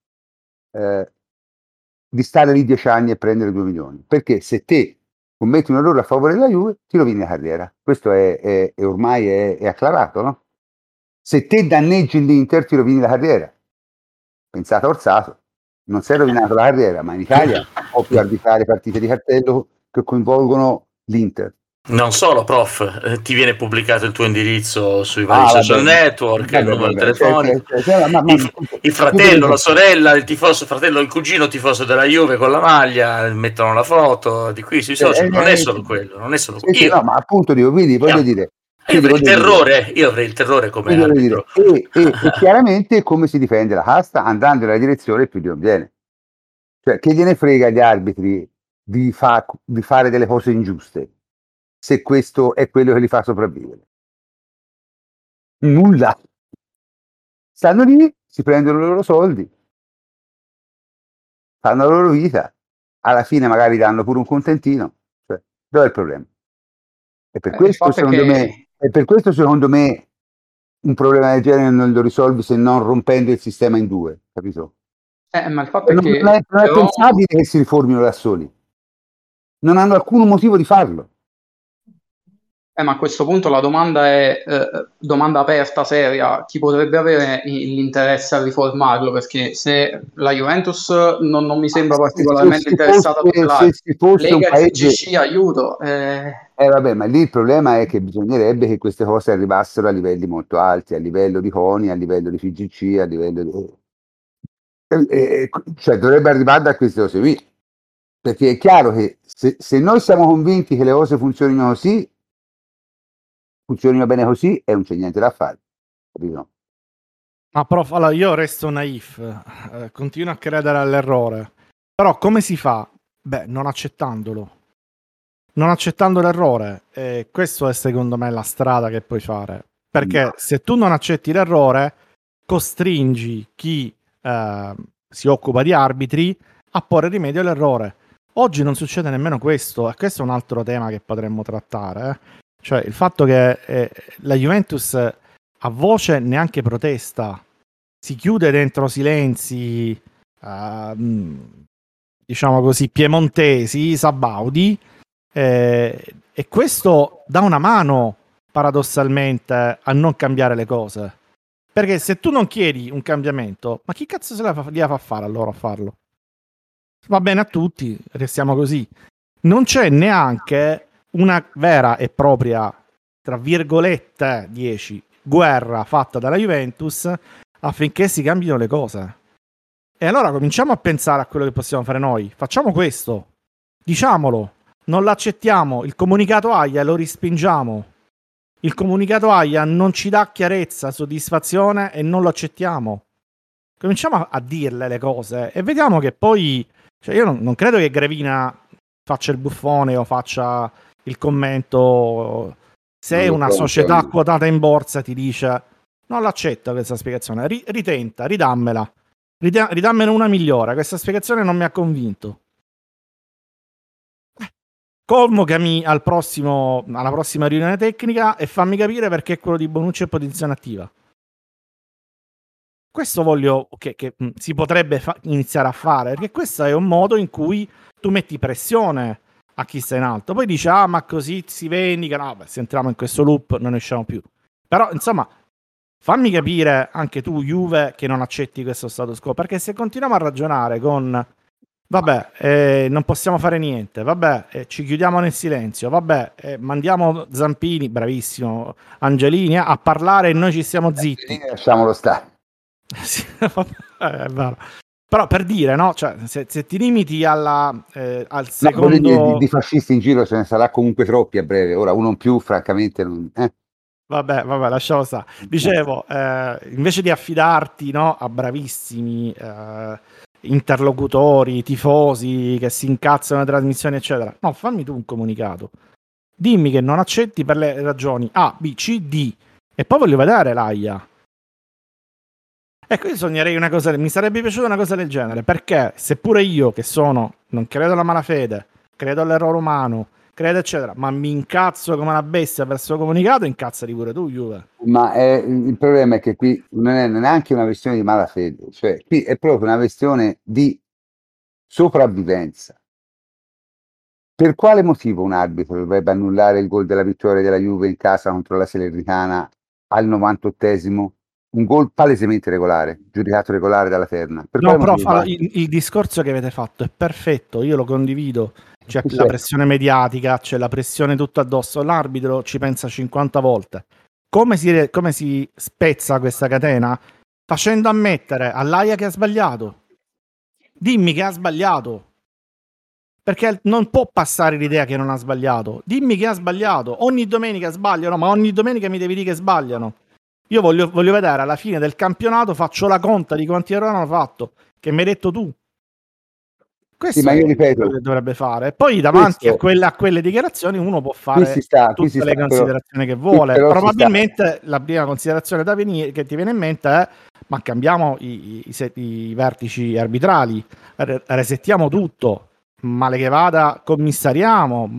di stare lì 10 anni e prendere 2 milioni. Perché se te commetti un errore a favore della Juve, ti rovini la carriera. Questo è ormai è acclarato, no? Se te danneggi l'Inter, ti rovini la carriera. Pensate a Orsato. Non si è rovinato la carriera, ma in Italia può più arbitrare partite di cartello che coinvolgono l'Inter. Non solo, prof, ti viene pubblicato il tuo indirizzo sui vari social network, il numero telefonico, il fratello, la sorella, il tifoso, fratello, il cugino tifoso della Juve con la maglia, mettono la foto di qui sui social, non è solo quello, non è solo quello. No, ma appunto dico, quindi voglio dire... Io avrei il terrore come arbitro. E chiaramente come si difende la casta? Andando nella direzione più di non viene. Cioè, che gliene frega agli arbitri di fare delle cose ingiuste, se questo è quello che li fa sopravvivere? Nulla. Stanno lì, si prendono i loro soldi, fanno la loro vita, alla fine magari danno pure un contentino. Cioè, dov'è il problema? E per questo, secondo me, un problema del genere non lo risolvi se non rompendo il sistema in due, capito? Ma il fatto non è pensabile che si riformino da soli. Non hanno alcun motivo di farlo. Ma a questo punto la domanda è domanda aperta, seria. Chi potrebbe avere l'interesse a riformarlo? Perché se la Juventus non mi sembra particolarmente interessata a tutelare, Lega e FCC aiuto. Vabbè, ma lì il problema è che bisognerebbe che queste cose arrivassero a livelli molto alti, a livello di CONI, a livello di FCC, a livello di... cioè dovrebbe arrivare da queste cose qui. Perché è chiaro che se noi siamo convinti che le cose funzionino bene così e non c'è niente da fare, capito? Ma prof, allora io resto naif, continuo a credere all'errore, però come si fa? Beh, non accettandolo. Non accettando l'errore, questo è secondo me la strada che puoi fare, perché se tu non accetti l'errore, costringi chi si occupa di arbitri a porre rimedio all'errore. Oggi non succede nemmeno questo, e questo è un altro tema che potremmo trattare, cioè il fatto che la Juventus a voce neanche protesta, si chiude dentro silenzi, diciamo così, piemontesi, sabaudi, e questo dà una mano paradossalmente a non cambiare le cose, perché se tu non chiedi un cambiamento, ma chi cazzo se la fa fare a loro a farlo? Va bene a tutti, restiamo così. Non c'è neanche una vera e propria, tra virgolette 10, guerra fatta dalla Juventus affinché si cambino le cose. E allora cominciamo a pensare a quello che possiamo fare noi. Facciamo questo, diciamolo. Non l'accettiamo, il comunicato AIA lo respingiamo. Il comunicato AIA non ci dà chiarezza, soddisfazione e non lo accettiamo. Cominciamo a dirle le cose e vediamo che poi... Cioè io non credo che Grevina faccia il buffone o faccia il commento. Se una società quotata in borsa ti dice non l'accetto questa spiegazione, ritenta, ridammela. Ridammene una migliore, questa spiegazione non mi ha convinto. Convocami alla prossima riunione tecnica e fammi capire perché quello di Bonucci è posizione attiva. Questo voglio che si potrebbe iniziare a fare, perché questo è un modo in cui tu metti pressione a chi sta in alto. Poi dici, ma così si vendica. No, se entriamo in questo loop non ne usciamo più. Però, insomma, fammi capire anche tu, Juve, che non accetti questo status quo, perché se continuiamo a ragionare con vabbè, non possiamo fare niente, vabbè, ci chiudiamo nel silenzio, vabbè, mandiamo Zampini, bravissimo, Angelini a parlare e noi ci stiamo zitti. Lasciamolo stare. Sì, è vero. Però per dire, no? Cioè, se ti limiti al secondo... di fascisti in giro ce ne sarà comunque troppi a breve, ora uno in più francamente non... Vabbè, lasciamo stare. Dicevo, invece di affidarti, no, a bravissimi interlocutori, tifosi che si incazzano alle trasmissioni, eccetera, no, fammi tu un comunicato. Dimmi che non accetti per le ragioni A, B, C, D e poi voglio vedere l'AIA. Ecco, io sognerei una cosa, mi sarebbe piaciuta una cosa del genere, perché seppure io che non credo alla malafede, credo all'errore umano, credo eccetera, ma mi incazzo come una bestia verso il comunicato, incazzati pure tu, Juve. Ma il problema è che qui non è neanche una questione di malafede, cioè qui è proprio una questione di sopravvivenza. Per quale motivo un arbitro dovrebbe annullare il gol della vittoria della Juve in casa contro la Salernitana al 98esimo? Un gol palesemente regolare, giudicato regolare dalla Terna. No, però il discorso che avete fatto è perfetto, io lo condivido. C'è la pressione mediatica, c'è la pressione tutto addosso, l'arbitro ci pensa 50 volte. Come si spezza questa catena? Facendo ammettere all'AIA che ha sbagliato. Dimmi che ha sbagliato. Perché non può passare l'idea che non ha sbagliato. Dimmi che ha sbagliato. Ogni domenica sbagliano, ma ogni domenica mi devi dire che sbagliano. Io voglio vedere alla fine del campionato, faccio la conta di quanti errori hanno fatto, che mi hai detto tu. Questo ma io ripeto, quello che dovrebbe fare. Poi davanti a quelle dichiarazioni uno può fare tutte le considerazioni che vuole. Probabilmente la prima considerazione che ti viene in mente è ma cambiamo i vertici arbitrali, resettiamo tutto, male che vada commissariamo,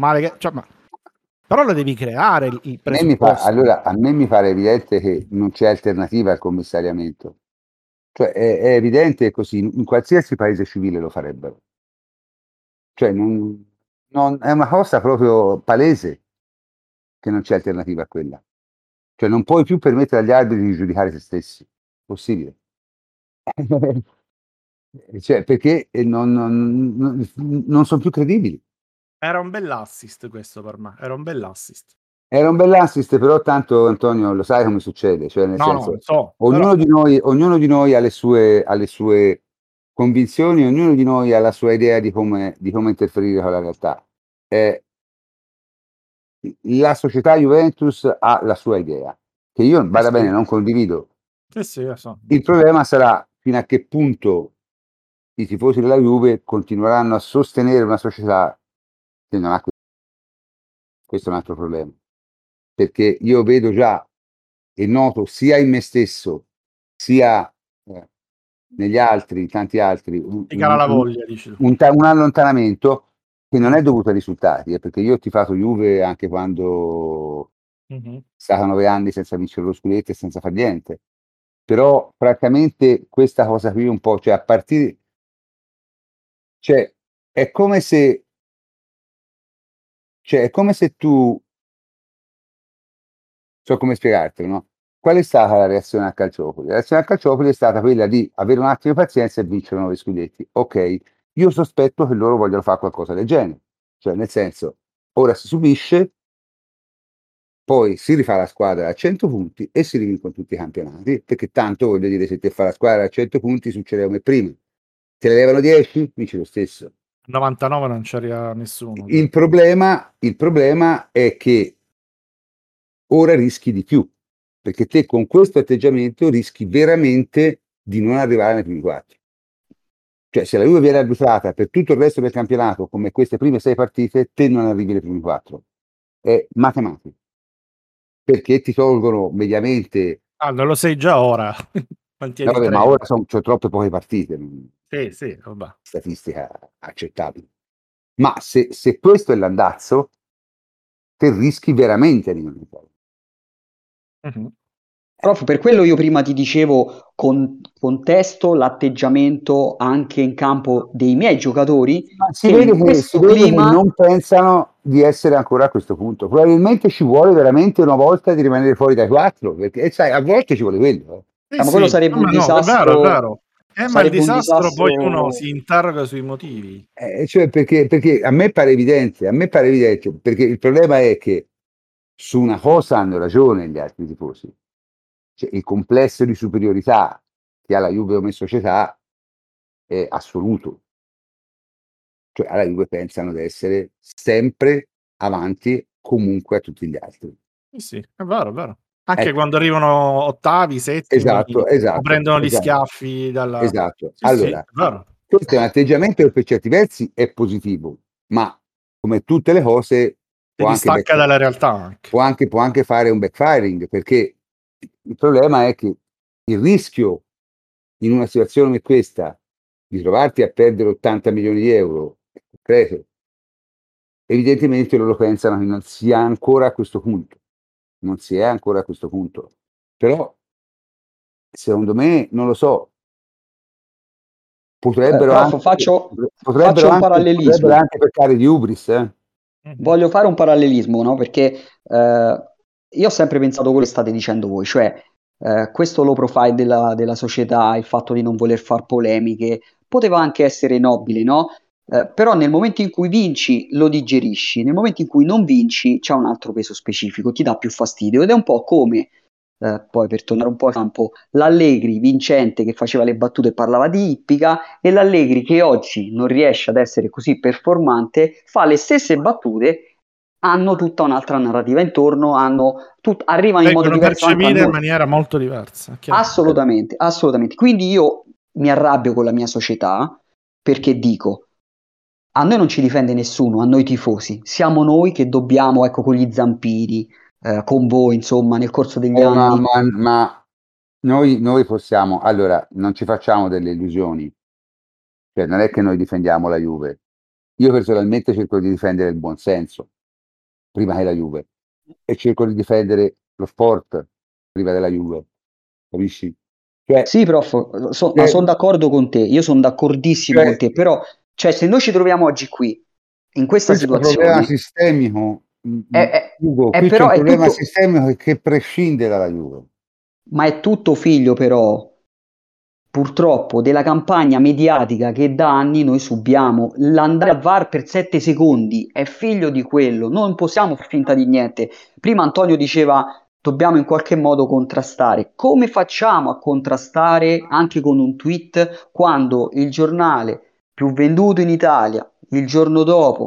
però lo devi creare il presupposto. Allora, a me mi pare evidente che non c'è alternativa al commissariamento. Cioè, è evidente così, in qualsiasi paese civile lo farebbero. Cioè, non è una cosa proprio palese che non c'è alternativa a quella. Cioè, non puoi più permettere agli arbitri di giudicare se stessi. Possibile. Cioè, perché non sono più credibili. Era un bell'assist questo per me, era un bell'assist. Era un bell'assist, però tanto Antonio lo sai come succede, cioè nel senso, ognuno di noi ha le sue convinzioni, ognuno di noi ha la sua idea di come interferire con la realtà. La società Juventus ha la sua idea, che io, vada bene, non condivido, Sì, so. Il problema sarà fino a che punto i tifosi della Juve continueranno a sostenere una società che non ha questo è un altro problema, perché io vedo già e noto sia in me stesso sia negli altri, in tanti altri, Ti cala la voglia, dici. un allontanamento che non è dovuto ai risultati, perché io ho tifato Juve anche quando è stato 9 anni senza vincere lo scudetto e senza far niente. Però francamente questa cosa qui un po', cioè a partire, cioè è come se tu, so come spiegartelo, no? Qual è stata la reazione al Calciopoli? La reazione al Calciopoli è stata quella di avere un attimo di pazienza e vincere 9 scudetti. Ok, io sospetto che loro vogliono fare qualcosa del genere, cioè nel senso, ora si subisce, poi si rifà la squadra a 100 punti e si rivincono tutti i campionati, perché tanto voglio dire, se te fa la squadra a 100 punti succede come prima. Te ne levano 10, vinci lo stesso. 99 non c'era nessuno. Il problema è che ora rischi di più, perché te con questo atteggiamento rischi veramente di non arrivare nei primi 4. Cioè, se la Juve viene arbitrata per tutto il resto del campionato come queste prime 6 partite, te non arrivi nei primi 4. È matematico. Perché ti tolgono mediamente... non lo sei già ora. No, vabbè, ma ora sono troppe poche partite. Sì, vabbè. Statistica accettabile. Ma se questo è l'andazzo, te rischi veramente di non entrare. Prof, per quello io prima ti dicevo contesto l'atteggiamento anche in campo dei miei giocatori. Si vede che non pensano di essere ancora a questo punto. Probabilmente ci vuole veramente una volta di rimanere fuori dai 4, perché sai, a volte ci vuole quello. Ma quello sarebbe un disastro. È vero. Ma il disastro poi uno si interroga sui motivi. Cioè perché a me pare evidente, perché il problema è che su una cosa hanno ragione gli altri tifosi. Cioè, il complesso di superiorità che ha la Juve come società è assoluto. Cioè alla Juve pensano di essere sempre avanti comunque a tutti gli altri. Sì, è vero. Anche quando arrivano ottavi, settimi, esatto, prendono gli schiaffi dalla... Esatto. Sì, allora, questo è un atteggiamento che per certi versi è positivo, ma come tutte le cose può anche dalla realtà anche. Può anche fare un backfiring, perché il problema è che il rischio in una situazione come questa di trovarti a perdere 80 milioni di euro è concreto. Evidentemente loro pensano che non sia ancora a questo punto. Non si è ancora a questo punto. Però, secondo me, non lo so, potrebbero anche, faccio un parallelismo. Potrebbero anche peccare di ubris. Voglio fare un parallelismo, no? Perché io ho sempre pensato quello che state dicendo voi, cioè questo low profile della società, il fatto di non voler far polemiche, poteva anche essere nobile, no? Però nel momento in cui vinci lo digerisci, nel momento in cui non vinci c'è un altro peso specifico, ti dà più fastidio ed è un po' come, poi per tornare un po' al campo, l'Allegri vincente che faceva le battute e parlava di ippica e l'Allegri che oggi non riesce ad essere così performante fa le stesse battute, hanno tutta un'altra narrativa intorno, arrivano in modo diverso anche a noi. In maniera molto diversa. Assolutamente. Quindi io mi arrabbio con la mia società perché dico, a noi non ci difende nessuno, a noi tifosi, siamo noi che dobbiamo, ecco, con gli zampini, con voi, insomma, nel corso degli anni. Ma noi possiamo, allora, non ci facciamo delle illusioni, cioè non è che noi difendiamo la Juve. Io personalmente cerco di difendere il buonsenso prima che la Juve e cerco di difendere lo sport prima della Juve, capisci? Sì, prof, ma sono d'accordo con te, io sono d'accordissimo con te, però cioè, se noi ci troviamo oggi qui, in questa situazione... È un problema sistemico, Ugo, qui c'è un problema sistemico che prescinde dalla Juve. Ma è tutto figlio però, purtroppo, della campagna mediatica che da anni noi subiamo. L'andare a VAR per 7 secondi è figlio di quello, non possiamo far finta di niente. Prima Antonio diceva dobbiamo in qualche modo contrastare. Come facciamo a contrastare anche con un tweet quando il giornale più venduto in Italia il giorno dopo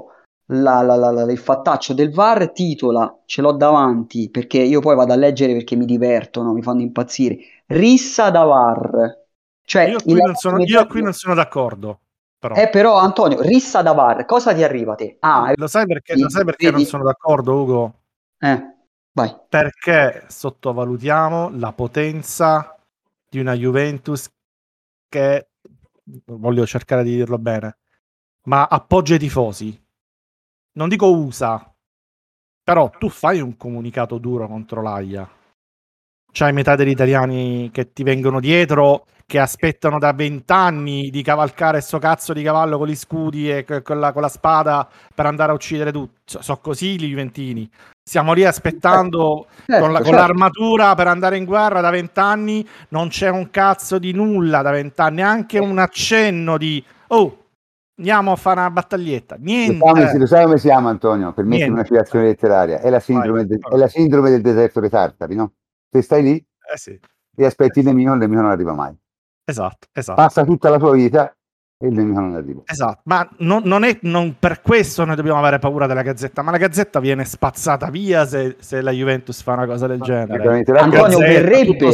il fattaccio del VAR titola, ce l'ho davanti perché io poi vado a leggere perché mi divertono, mi fanno impazzire. Rissa da VAR. Cioè, io qui non sono d'accordo. Però Antonio, rissa da VAR, cosa ti arriva a te? Lo sai perché non sono d'accordo, Ugo? Vai. Perché sottovalutiamo la potenza di una Juventus che, voglio cercare di dirlo bene, ma appoggia i tifosi. Non dico usa, però tu fai un comunicato duro contro l'Aia. C'hai metà degli italiani che ti vengono dietro, che aspettano da 20 anni di cavalcare sto cazzo di cavallo con gli scudi e con la spada per andare a uccidere tutti. So così gli juventini. Siamo lì aspettando con l'armatura per andare in guerra da 20 anni. Non c'è un cazzo di nulla da 20 anni, neanche un accenno di andiamo a fare una battaglietta. Niente. Lo sai come si chiama, Antonio? Permettimi una citazione letteraria. È la sindrome del deserto dei tartari, no? Se stai lì e aspetti il nemico non arriva mai. Esatto. Passa tutta la tua vita e il nemico non arriva. Esatto, ma non per questo noi dobbiamo avere paura della Gazzetta, ma la Gazzetta viene spazzata via se la Juventus fa una cosa del genere. Antonio, verrebbe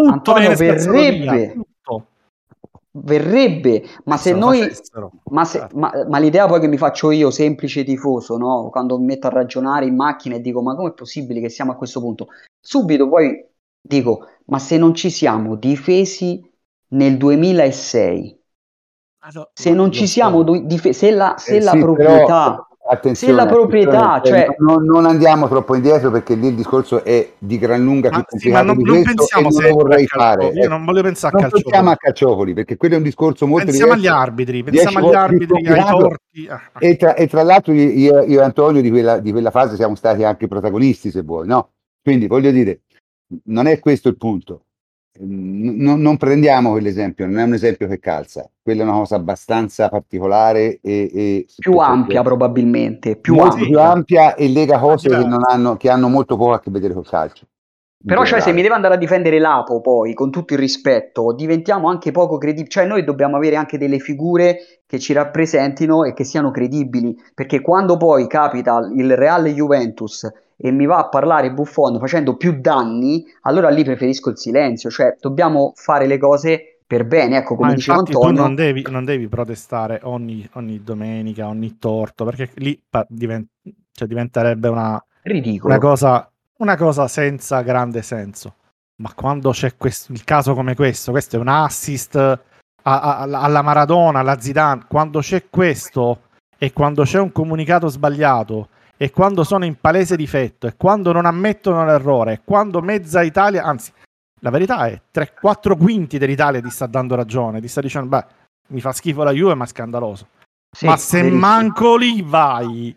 verrebbe, ma se noi ma l'idea poi che mi faccio io, semplice tifoso, no? Quando mi metto a ragionare in macchina e dico ma com'è possibile che siamo a questo punto, subito poi dico ma se non ci siamo difesi nel 2006, se non ci siamo se la proprietà, attenzione, se la proprietà, cioè non andiamo troppo indietro perché lì il discorso è di gran lunga più complicato non di questo pensiamo e non lo vorrei fare. Io non voglio pensare a Calciopoli. Pensiamo a Calciopoli perché quello è un discorso molto pensiamo agli arbitri, ai torti. E tra l'altro io e Antonio di quella fase siamo stati anche protagonisti, se vuoi, no? Quindi voglio dire, non è questo il punto. Non prendiamo quell'esempio, non è un esempio che calza, quella è una cosa abbastanza particolare e più ampia probabilmente, più ampia e lega cose che hanno molto poco a che vedere col calcio. Però cioè, se mi devo andare a difendere l'Apo poi, con tutto il rispetto, diventiamo anche poco credibili, cioè noi dobbiamo avere anche delle figure che ci rappresentino e che siano credibili, perché quando poi capita il Real Juventus e mi va a parlare Buffon facendo più danni, allora lì preferisco il silenzio, cioè dobbiamo fare le cose per bene, ecco, come diceva Antonio. Tu non devi protestare ogni domenica, ogni torto, perché lì diventerebbe una cosa senza grande senso. Ma quando c'è il caso come questo è un assist alla Maradona, alla Zidane, quando c'è questo e quando c'è un comunicato sbagliato e quando sono in palese difetto e quando non ammettono l'errore e quando mezza Italia, anzi la verità è 3/4 quinti dell'Italia ti sta dando ragione, ti sta dicendo mi fa schifo la Juve ma è scandaloso, ma se manco lì vai,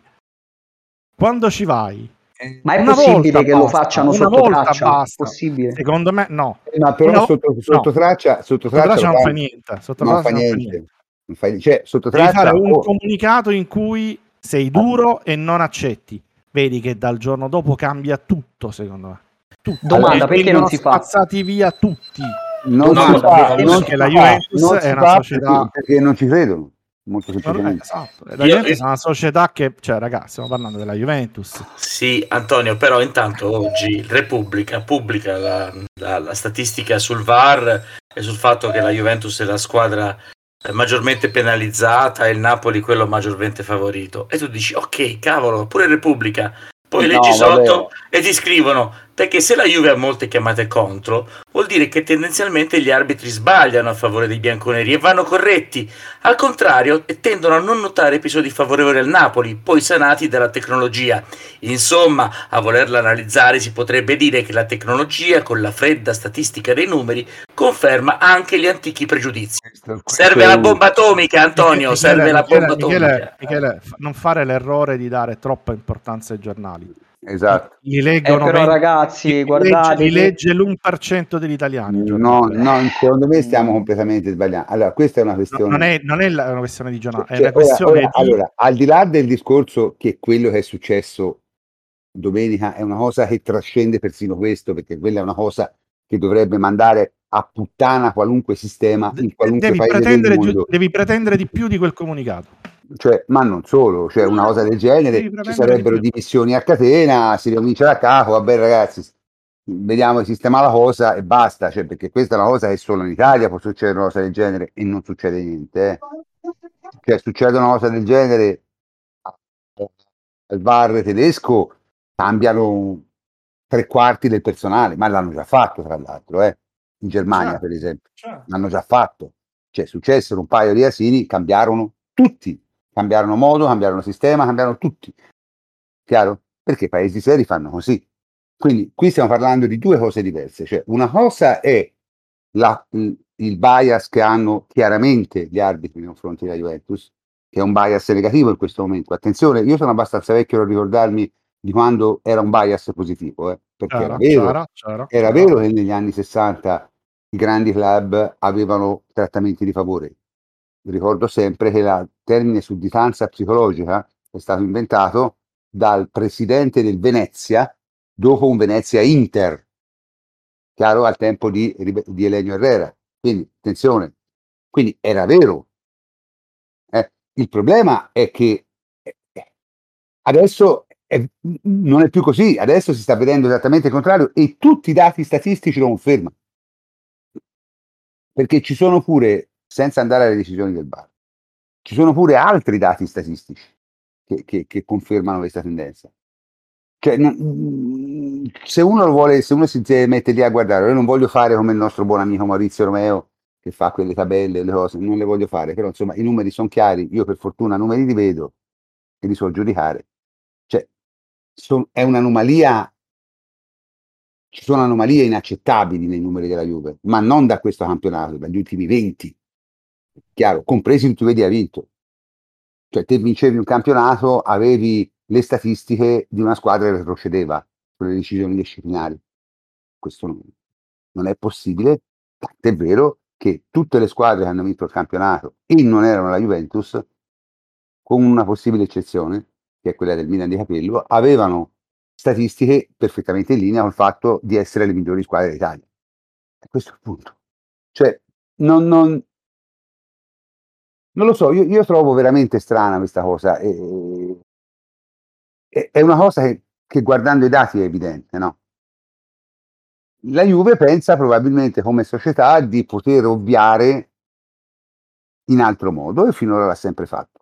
quando ci vai? Ma è possibile che lo facciano sotto traccia? Possibile? Secondo me no. Ma però sotto traccia non fa niente. Non fa niente. Cioè, sotto traccia devi fare un comunicato in cui sei duro e non accetti. Vedi che dal giorno dopo cambia tutto, secondo me. Tutto. Domanda, perché non si fa? Spazzati via tutti. Non si fa, perché la Juventus è una società perché non ci credono. Molto semplicemente. Esatto. La Juventus è una società che, cioè ragazzi, stiamo parlando della Juventus. Sì, Antonio, però intanto oggi Repubblica pubblica la statistica sul VAR e sul fatto che la Juventus è la squadra maggiormente penalizzata e il Napoli quello maggiormente favorito, e tu dici ok, cavolo, pure Repubblica, poi leggi sotto e ti scrivono perché se la Juve ha molte chiamate contro vuol dire che tendenzialmente gli arbitri sbagliano a favore dei bianconeri e vanno corretti, al contrario tendono a non notare episodi favorevoli al Napoli, poi sanati dalla tecnologia. Insomma, a volerla analizzare si potrebbe dire che la tecnologia con la fredda statistica dei numeri conferma anche gli antichi pregiudizi. Serve la bomba atomica, Antonio, serve la bomba atomica. Michele, non fare l'errore di dare troppa importanza ai giornali. Esatto. Li leggono però ragazzi, guardate, li legge l'1% degli italiani. No, secondo me stiamo completamente sbagliando. Allora, questa è una questione. Non è una questione di giornale, è una questione Allora, al di là del discorso che quello che è successo domenica è una cosa che trascende persino questo, perché quella è una cosa che dovrebbe mandare a puttana qualunque sistema in qualunque paese del mondo. Devi pretendere di più di quel comunicato. cioè, ma non solo, cioè una cosa del genere, ci sarebbero dimissioni a catena, si ricomincia da capo, vabbè ragazzi, vediamo di sistemare la cosa e basta, cioè, perché questa è una cosa che solo in Italia può succedere una cosa del genere e non succede niente. Cioè, succede una cosa del genere al VAR tedesco, cambiano 3/4 del personale, ma l'hanno già fatto tra l'altro, in Germania per esempio, l'hanno già fatto. Cioè, successero un paio di asini, cambiarono tutti, cambiarono modo, cambiarono sistema, cambiarono tutti. Chiaro? Perché i paesi seri fanno così. Quindi qui stiamo parlando di due cose diverse. Cioè, una cosa è il bias che hanno chiaramente gli arbitri nei confronti della Juventus, che è un bias negativo in questo momento. Attenzione, io sono abbastanza vecchio per ricordarmi di quando era un bias positivo, perché era vero che negli anni 60 i grandi club avevano trattamenti di favore. Ricordo sempre che il termine sudditanza psicologica è stato inventato dal presidente del Venezia dopo un Venezia-Inter, chiaro, al tempo di Elenio Herrera. Quindi, attenzione, quindi era vero. Il problema è che adesso non è più così, adesso si sta vedendo esattamente il contrario e tutti i dati statistici lo confermano. Perché ci sono pure, senza andare alle decisioni del VAR, ci sono pure altri dati statistici che confermano questa tendenza. Cioè, se uno si mette lì a guardare, io non voglio fare come il nostro buon amico Maurizio Romeo che fa quelle tabelle, le cose, non le voglio fare, però insomma i numeri sono chiari, io per fortuna numeri li vedo e li so giudicare. Cioè, è un'anomalia, ci sono anomalie inaccettabili nei numeri della Juve, ma non da questo campionato, dagli ultimi 20, chiaro, compresi tutti quelli che ha vinto. Cioè, te vincevi un campionato, avevi le statistiche di una squadra che retrocedeva sulle decisioni disciplinari. Questo non è possibile, tant'è vero che tutte le squadre che hanno vinto il campionato e non erano la Juventus, con una possibile eccezione, che è quella del Milan di Capello, avevano statistiche perfettamente in linea col fatto di essere le migliori squadre d'Italia. E questo è il punto. Cioè, non lo so, io trovo veramente strana questa cosa. È una cosa che guardando i dati è evidente, no? La Juve pensa probabilmente come società di poter ovviare in altro modo e finora l'ha sempre fatto.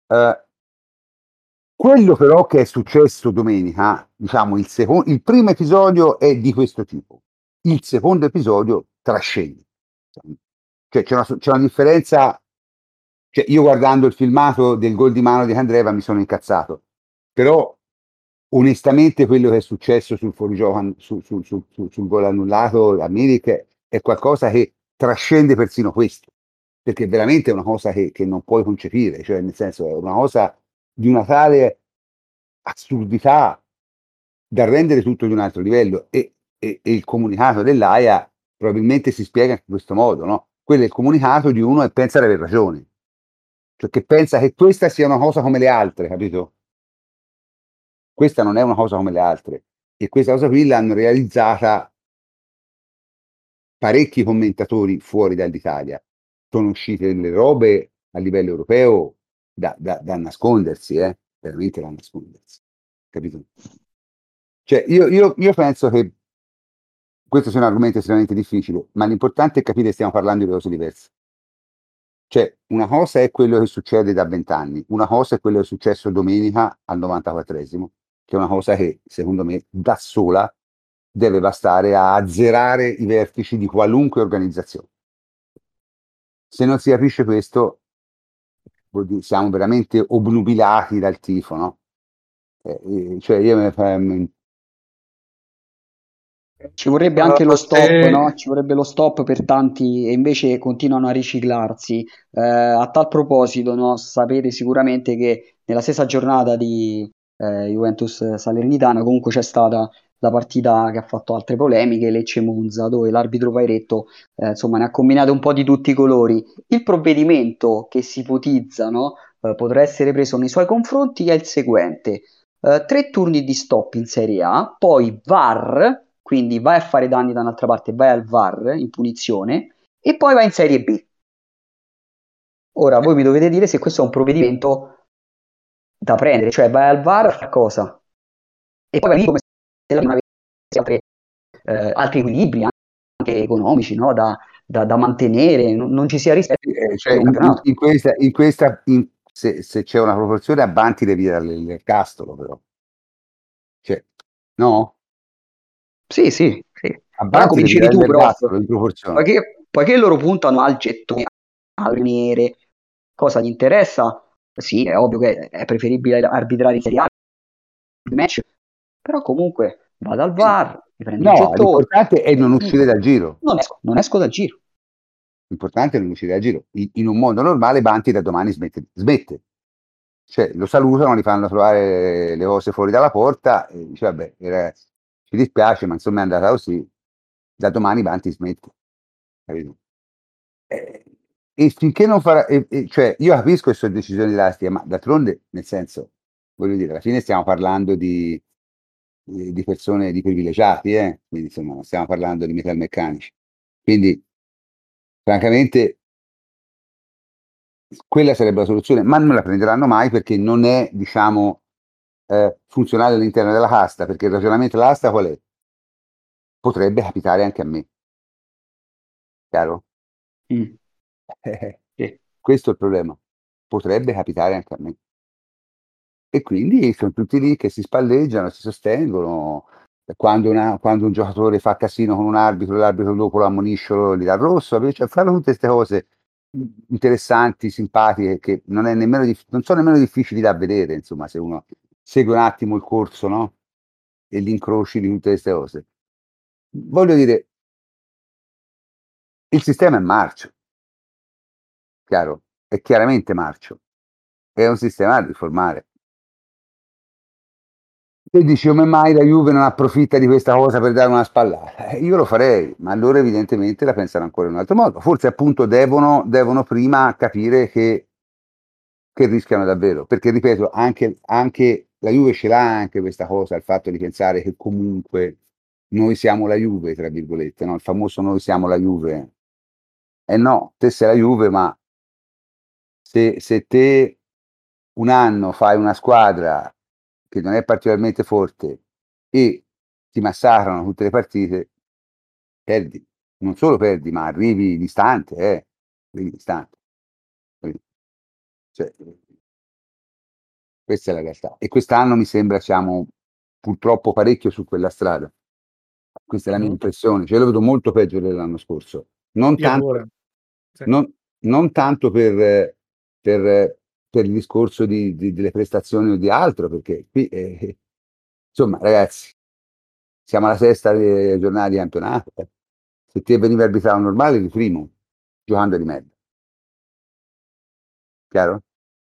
Quello però che è successo domenica, diciamo il primo episodio è di questo tipo, il secondo episodio trascende. Cioè c'è una differenza, cioè io guardando il filmato del gol di mano di Candreva mi sono incazzato, però onestamente quello che è successo sul fuorigioco, sul gol annullato a Milik è qualcosa che trascende persino questo, perché veramente è una cosa che non puoi concepire, cioè nel senso è una cosa di una tale assurdità da rendere tutto di un altro livello e il comunicato dell'AIA probabilmente si spiega in questo modo, no? Quello è il comunicato di uno che pensa di aver ragione, cioè che pensa che questa sia una cosa come le altre, capito? Questa non è una cosa come le altre e questa cosa qui l'hanno realizzata parecchi commentatori fuori dall'Italia. Sono uscite delle robe a livello europeo da nascondersi, veramente da nascondersi, capito? Cioè io penso che questo sia un argomento estremamente difficile, ma l'importante è capire che stiamo parlando di cose diverse. Cioè, una cosa è quello che succede da 20 anni, una cosa è quello che è successo domenica al 94esimo, che è una cosa che, secondo me, da sola deve bastare a azzerare i vertici di qualunque organizzazione. Se non si capisce questo, siamo veramente obnubilati dal tifo, no? Cioè io ci vorrebbe anche lo stop, no? Ci vorrebbe lo stop per tanti e invece continuano a riciclarsi. A tal proposito, no? Sapete sicuramente che nella stessa giornata di Juventus Salernitana comunque c'è stata la partita che ha fatto altre polemiche, Lecce-Monza, dove l'arbitro Pairetto insomma ne ha combinate un po' di tutti i colori. Il provvedimento che si ipotizza, no? Potrà essere preso nei suoi confronti è il seguente: 3 turni di stop in Serie A, poi VAR, quindi vai a fare danni da un'altra parte, vai al VAR in punizione e poi vai in Serie B. Ora voi mi dovete dire se questo è un provvedimento da prendere, cioè vai al VAR a fare cosa? E poi vai lì come se non avessi altri equilibri anche economici, no? da mantenere, non ci sia rispetto Cioè, per un campionato. se c'è una proporzione, Abbanti devi dare l'ergastolo, però. Cioè, no? Sì, però Abbanti come devi dicevi dare tu, prof, l'ergastolo in proporzione. poiché loro puntano al gettone, al premiere, cosa gli interessa? Sì, è ovvio che è preferibile arbitrare in Serie A il match, però comunque vado al VAR, mi prendo il No, gettone, l'importante è non uscire dal giro. non esco dal giro. L'importante è non uscire dal giro. In un mondo normale Banti da domani smette. Cioè, lo salutano, gli fanno trovare le cose fuori dalla porta e dice, vabbè, ci dispiace, ma insomma è andata così. Da domani Banti smette. Capito? E finché non farà, cioè, io capisco che sono decisioni drastiche, ma d'altronde, nel senso, voglio dire, alla fine stiamo parlando di persone, di privilegiati, quindi insomma, non stiamo parlando di metalmeccanici. Quindi, francamente, quella sarebbe la soluzione, ma non la prenderanno mai perché non è, diciamo, funzionale all'interno della casta, perché il ragionamento della casta qual è? Potrebbe capitare anche a me. Chiaro? Sì. Questo è il problema. Potrebbe capitare anche a me. E quindi sono tutti lì che si spalleggiano, si sostengono. Quando un giocatore fa casino con un arbitro, l'arbitro dopo lo ammonisce, gli dà il rosso, cioè fanno tutte queste cose interessanti, simpatiche, che non sono nemmeno difficili da vedere, insomma, se uno segue un attimo il corso, no? E gli incroci di tutte queste cose. Voglio dire, il sistema è marcio, chiaro? È chiaramente marcio. È un sistema da riformare. E dici come mai la Juve non approfitta di questa cosa per dare una spallata? Io lo farei, ma loro evidentemente la pensano ancora in un altro modo. Forse appunto devono prima capire che rischiano davvero, perché ripeto, anche la Juve ce l'ha anche questa cosa, il fatto di pensare che comunque noi siamo la Juve, tra virgolette, no? Il famoso noi siamo la Juve. No, te sei la Juve, ma se te un anno fai una squadra che non è particolarmente forte e ti massacrano tutte le partite, perdi. Non solo perdi, ma arrivi distante, arrivi distante. Cioè, questa è la realtà. E quest'anno mi sembra siamo purtroppo parecchio su quella strada. Questa è la mia impressione. Cioè, lo vedo molto peggio dell'anno scorso. Non tanto, Sì. non tanto per il discorso delle prestazioni o di altro, perché qui, insomma, ragazzi, siamo alla sesta giornata di campionato. Se ti veniva arbitrato normale, eri primo, giocando di merda. Chiaro?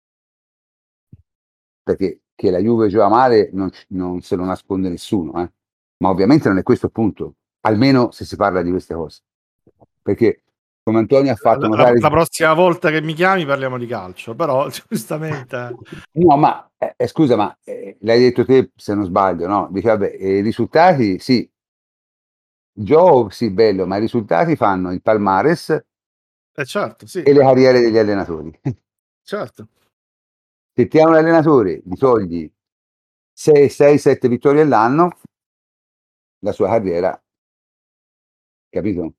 Perché che la Juve gioca male non se lo nasconde nessuno, ma ovviamente non è questo il punto, almeno se si parla di queste cose. Perché, come Antonio ha fatto notare... La prossima volta che mi chiami parliamo di calcio, però giustamente... No, ma scusa, ma l'hai detto te se non sbaglio, no? Dice, vabbè, i risultati, sì, il gioco, sì, bello, ma i risultati fanno il palmares certo, sì. e le carriere degli allenatori. Certo. Se ti ha un allenatore, gli togli 6-7 vittorie all'anno, la sua carriera, capito?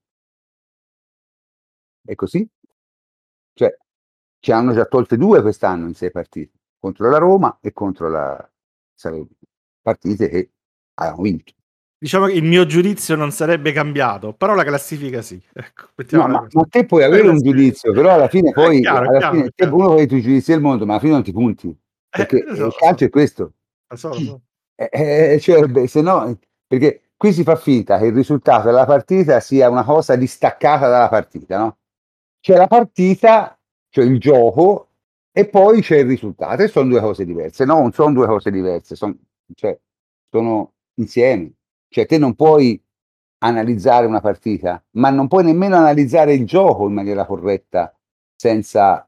È così? Cioè, ci hanno già tolte 2 quest'anno in 6 partite, contro la Roma e contro la Salernitana, partite che avevano vinto. Diciamo che il mio giudizio non sarebbe cambiato, però la classifica sì. Ecco, No, ma te puoi avere un giudizio, però alla fine poi, chiaro. Te uno con i tuoi giudizi del mondo, ma alla fine non ti punti, perché il calcio è questo. Lo so. Cioè, se no, perché qui si fa finta che il risultato della partita sia una cosa distaccata dalla partita, no? C'è la partita, cioè il gioco, e poi c'è il risultato, e sono 2 cose diverse. No, non sono 2 cose diverse, sono insieme. Cioè, te non puoi analizzare una partita, ma non puoi nemmeno analizzare il gioco in maniera corretta senza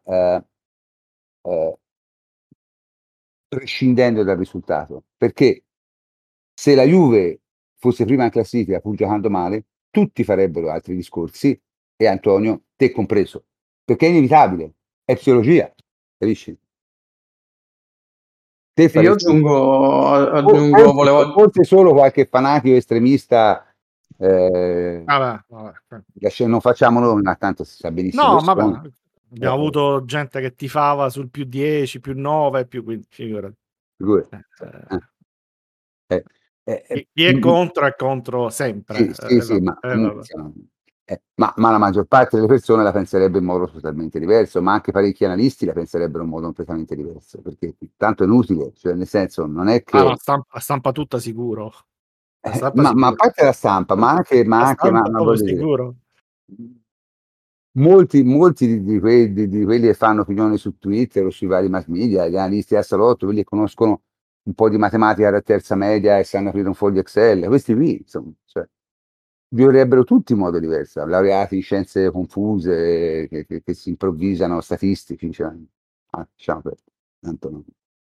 prescindendo dal risultato. Perché se la Juve fosse prima in classifica pur giocando male, tutti farebbero altri discorsi, e Antonio, te compreso, perché è inevitabile. è psicologia, capisci? Io aggiungo volevo... Forse solo qualche fanatico estremista, vabbè. non facciamo nomi, ma tanto si sa benissimo. No, vabbè, abbiamo avuto gente che tifava sul più 10, più 9, più 15, figurati. Chi è contro sempre. Sì, ma la maggior parte delle persone la penserebbe in modo totalmente diverso, ma anche parecchi analisti la penserebbero in modo completamente diverso, perché tanto è inutile, cioè nel senso non è che... la stampa tutta sicuro. Ma a parte la stampa, ma anche sicuro. Molti di quelli che fanno opinioni su Twitter o sui vari mass media, gli analisti al salotto, quelli che conoscono un po' di matematica alla terza media e sanno aprire un foglio Excel, questi qui, insomma, cioè, vivrebbero tutti in modo diverso, laureati in scienze confuse, che si improvvisano statistici, cioè, diciamo, tanto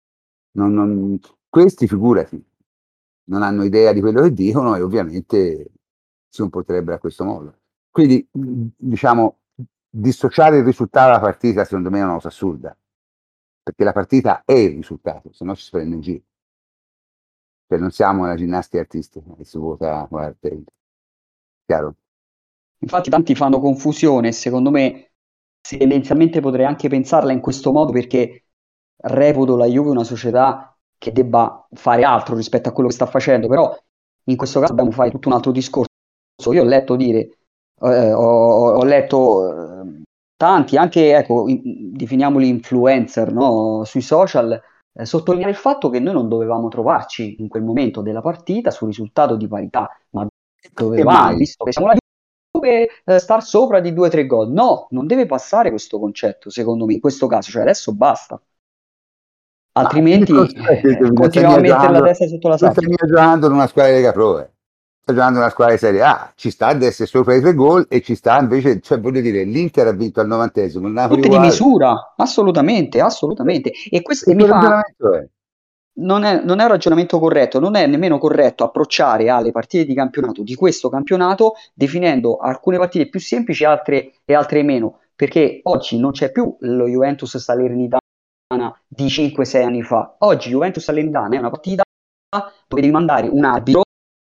questi, figurati, non hanno idea di quello che dicono e ovviamente si comporterebbero a questo modo. Quindi, diciamo, dissociare il risultato dalla partita secondo me è una cosa assurda, perché la partita è il risultato, se no ci si prende in giro. Cioè non siamo una ginnastica artistica che si vota con l'arte, chiaro? Infatti tanti fanno confusione e secondo me tendenzialmente potrei anche pensarla in questo modo, perché reputo la Juve una società che debba fare altro rispetto a quello che sta facendo, però in questo caso dobbiamo fare tutto un altro discorso. Io ho letto ho letto tanti, anche, ecco, definiamoli influencer, no? Sui social, sottolineare il fatto che noi non dovevamo trovarci in quel momento della partita sul risultato di parità, ma dovevamo, visto che siamo la Juve, star sopra di 2 o 3 gol. No, non deve passare questo concetto, secondo me, in questo caso, cioè adesso basta. Altrimenti continuiamo a mettere la testa sotto la sabbia. Stai giocando in una squadra di Lega Pro, sta giocando in una squadra di Serie A, ci sta ad essere sopra i 3 gol e ci sta invece, cioè voglio dire, l'Inter ha vinto al 90esimo, il Napoli tutte di misura, assolutamente. E questo mi fa... Non è un ragionamento corretto, non è nemmeno corretto approcciare alle partite di campionato di questo campionato definendo alcune partite più semplici e altre meno, perché oggi non c'è più lo Juventus Salernitana di 5-6 anni fa. Oggi Juventus Salernitana è una partita dove devi mandare un arbitro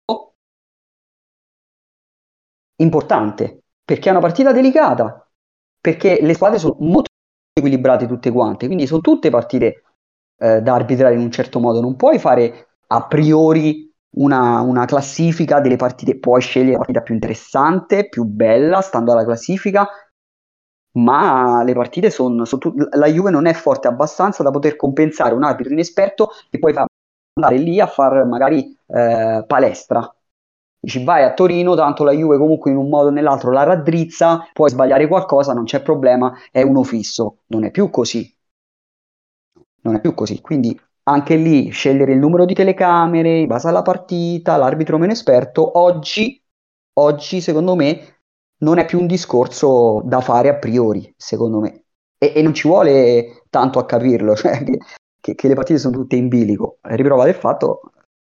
importante, perché è una partita delicata, perché le squadre sono molto equilibrate tutte quante, quindi sono tutte partite da arbitrare in un certo modo. Non puoi fare a priori una classifica delle partite, puoi scegliere la partita più interessante, più bella, stando alla classifica, ma le partite la Juve non è forte abbastanza da poter compensare un arbitro inesperto che puoi far andare lì a far magari palestra. Dici vai a Torino, tanto la Juve comunque in un modo o nell'altro la raddrizza, puoi sbagliare qualcosa, non c'è problema, è uno fisso. Non è più così. Quindi anche lì scegliere il numero di telecamere in base alla partita, l'arbitro meno esperto, oggi secondo me non è più un discorso da fare a priori, secondo me. E non ci vuole tanto a capirlo, cioè che le partite sono tutte in bilico. Riprova del fatto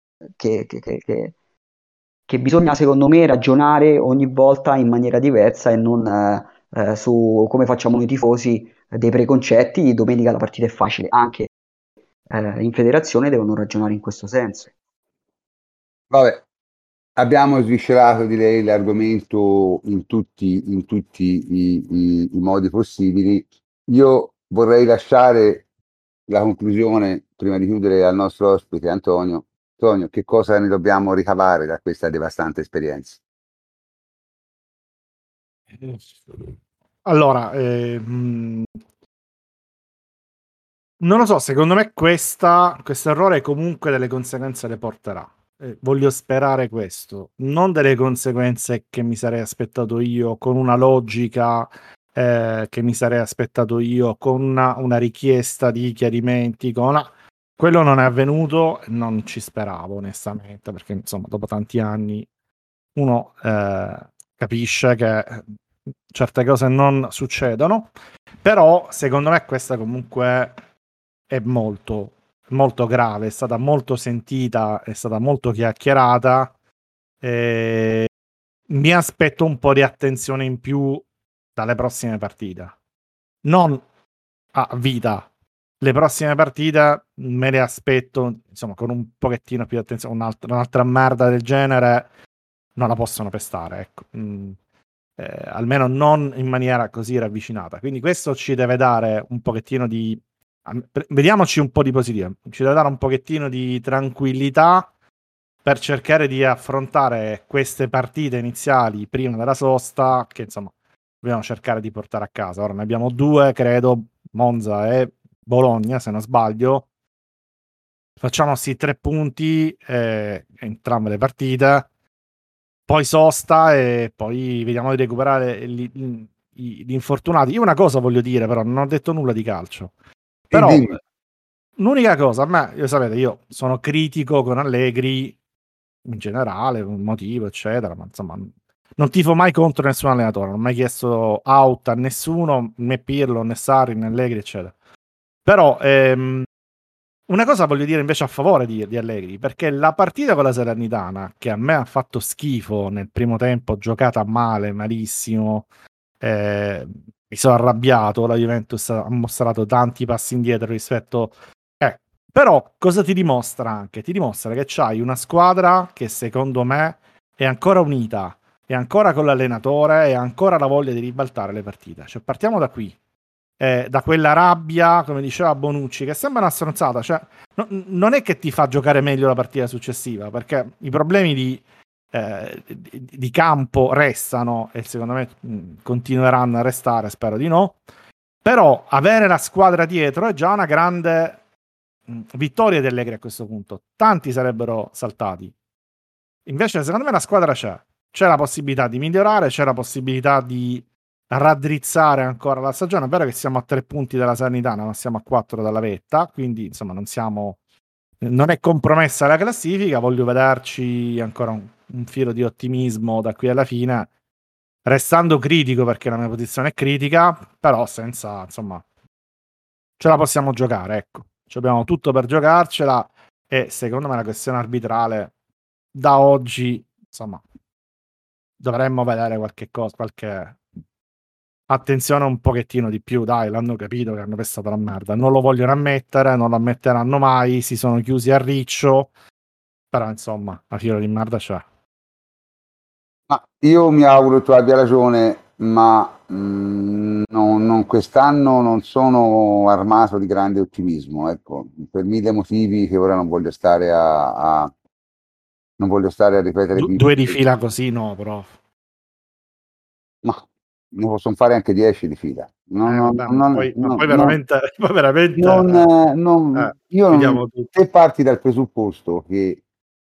che bisogna, secondo me, ragionare ogni volta in maniera diversa e non su come facciamo noi tifosi dei preconcetti. Domenica la partita è facile, anche in federazione devono ragionare in questo senso. Vabbè, abbiamo sviscerato, direi, l'argomento in tutti i modi possibili. Io vorrei lasciare la conclusione, prima di chiudere, al nostro ospite Antonio. Antonio, che cosa ne dobbiamo ricavare da questa devastante esperienza? Allora, non lo so, secondo me questo errore comunque delle conseguenze le porterà. Voglio sperare questo, non delle conseguenze che mi sarei aspettato io, con una logica che mi sarei aspettato io, con una richiesta di chiarimenti, quello non è avvenuto, non ci speravo onestamente, perché insomma dopo tanti anni uno capisce che certe cose non succedono, però secondo me questa comunque è molto molto grave, è stata molto sentita, è stata molto chiacchierata. Mi aspetto un po' di attenzione in più dalle prossime partite, non a vita. Le prossime partite me le aspetto, insomma, con un pochettino più di attenzione. Un'altra merda del genere non la possono pestare, ecco. Almeno non in maniera così ravvicinata. Quindi questo ci deve dare un pochettino di... Vediamoci un po' di positivo. Ci deve dare un pochettino di tranquillità per cercare di affrontare queste partite iniziali prima della sosta, che insomma dobbiamo cercare di portare a casa. Ora ne abbiamo 2, credo, Monza e Bologna, se non sbaglio. Facciamo sì 3 punti entrambe le partite, poi sosta e poi vediamo di recuperare gli infortunati. Io una cosa voglio dire, però non ho detto nulla di calcio. Però l'unica cosa, a me, sapete, io sono critico con Allegri in generale, un motivo, eccetera, ma insomma non tifo mai contro nessun allenatore, non ho mai chiesto out a nessuno, né Pirlo, né Sarri, né Allegri, eccetera. Però una cosa voglio dire invece a favore di Allegri, perché la partita con la Salernitana, che a me ha fatto schifo nel primo tempo, giocata male, malissimo, mi sono arrabbiato, la Juventus ha mostrato tanti passi indietro rispetto... Però cosa ti dimostra anche? Ti dimostra che c'hai una squadra che secondo me è ancora unita, è ancora con l'allenatore e ha ancora la voglia di ribaltare le partite. Cioè partiamo da qui. Da quella rabbia, come diceva Bonucci, che sembra una stronzata, cioè non è che ti fa giocare meglio la partita successiva, perché i problemi di campo restano e secondo me continueranno a restare, spero di no, però avere la squadra dietro è già una grande vittoria di Allegri a questo punto. Tanti sarebbero saltati, invece secondo me la squadra c'è la possibilità di migliorare, c'è la possibilità di raddrizzare ancora la stagione. È vero che siamo a 3 punti dalla Salernitana, ma siamo a 4 dalla vetta, quindi insomma non è compromessa la classifica. Voglio vederci ancora un filo di ottimismo da qui alla fine, restando critico perché la mia posizione è critica, però senza, insomma, ce la possiamo giocare, ecco, abbiamo tutto per giocarcela e secondo me la questione arbitrale da oggi, insomma, dovremmo vedere qualche cosa, qualche attenzione un pochettino di più, dai, l'hanno capito che hanno pestato la merda, non lo vogliono ammettere, non lo ammetteranno mai, si sono chiusi a riccio, però insomma, la fila di merda c'è. Ma io mi auguro tu abbia ragione, ma non quest'anno non sono armato di grande ottimismo, ecco, per 1000 motivi che ora non voglio stare a ripetere. 2 di fila così, no, prof. Ma ne possono fare anche 10 di fila. Poi veramente se parti dal presupposto che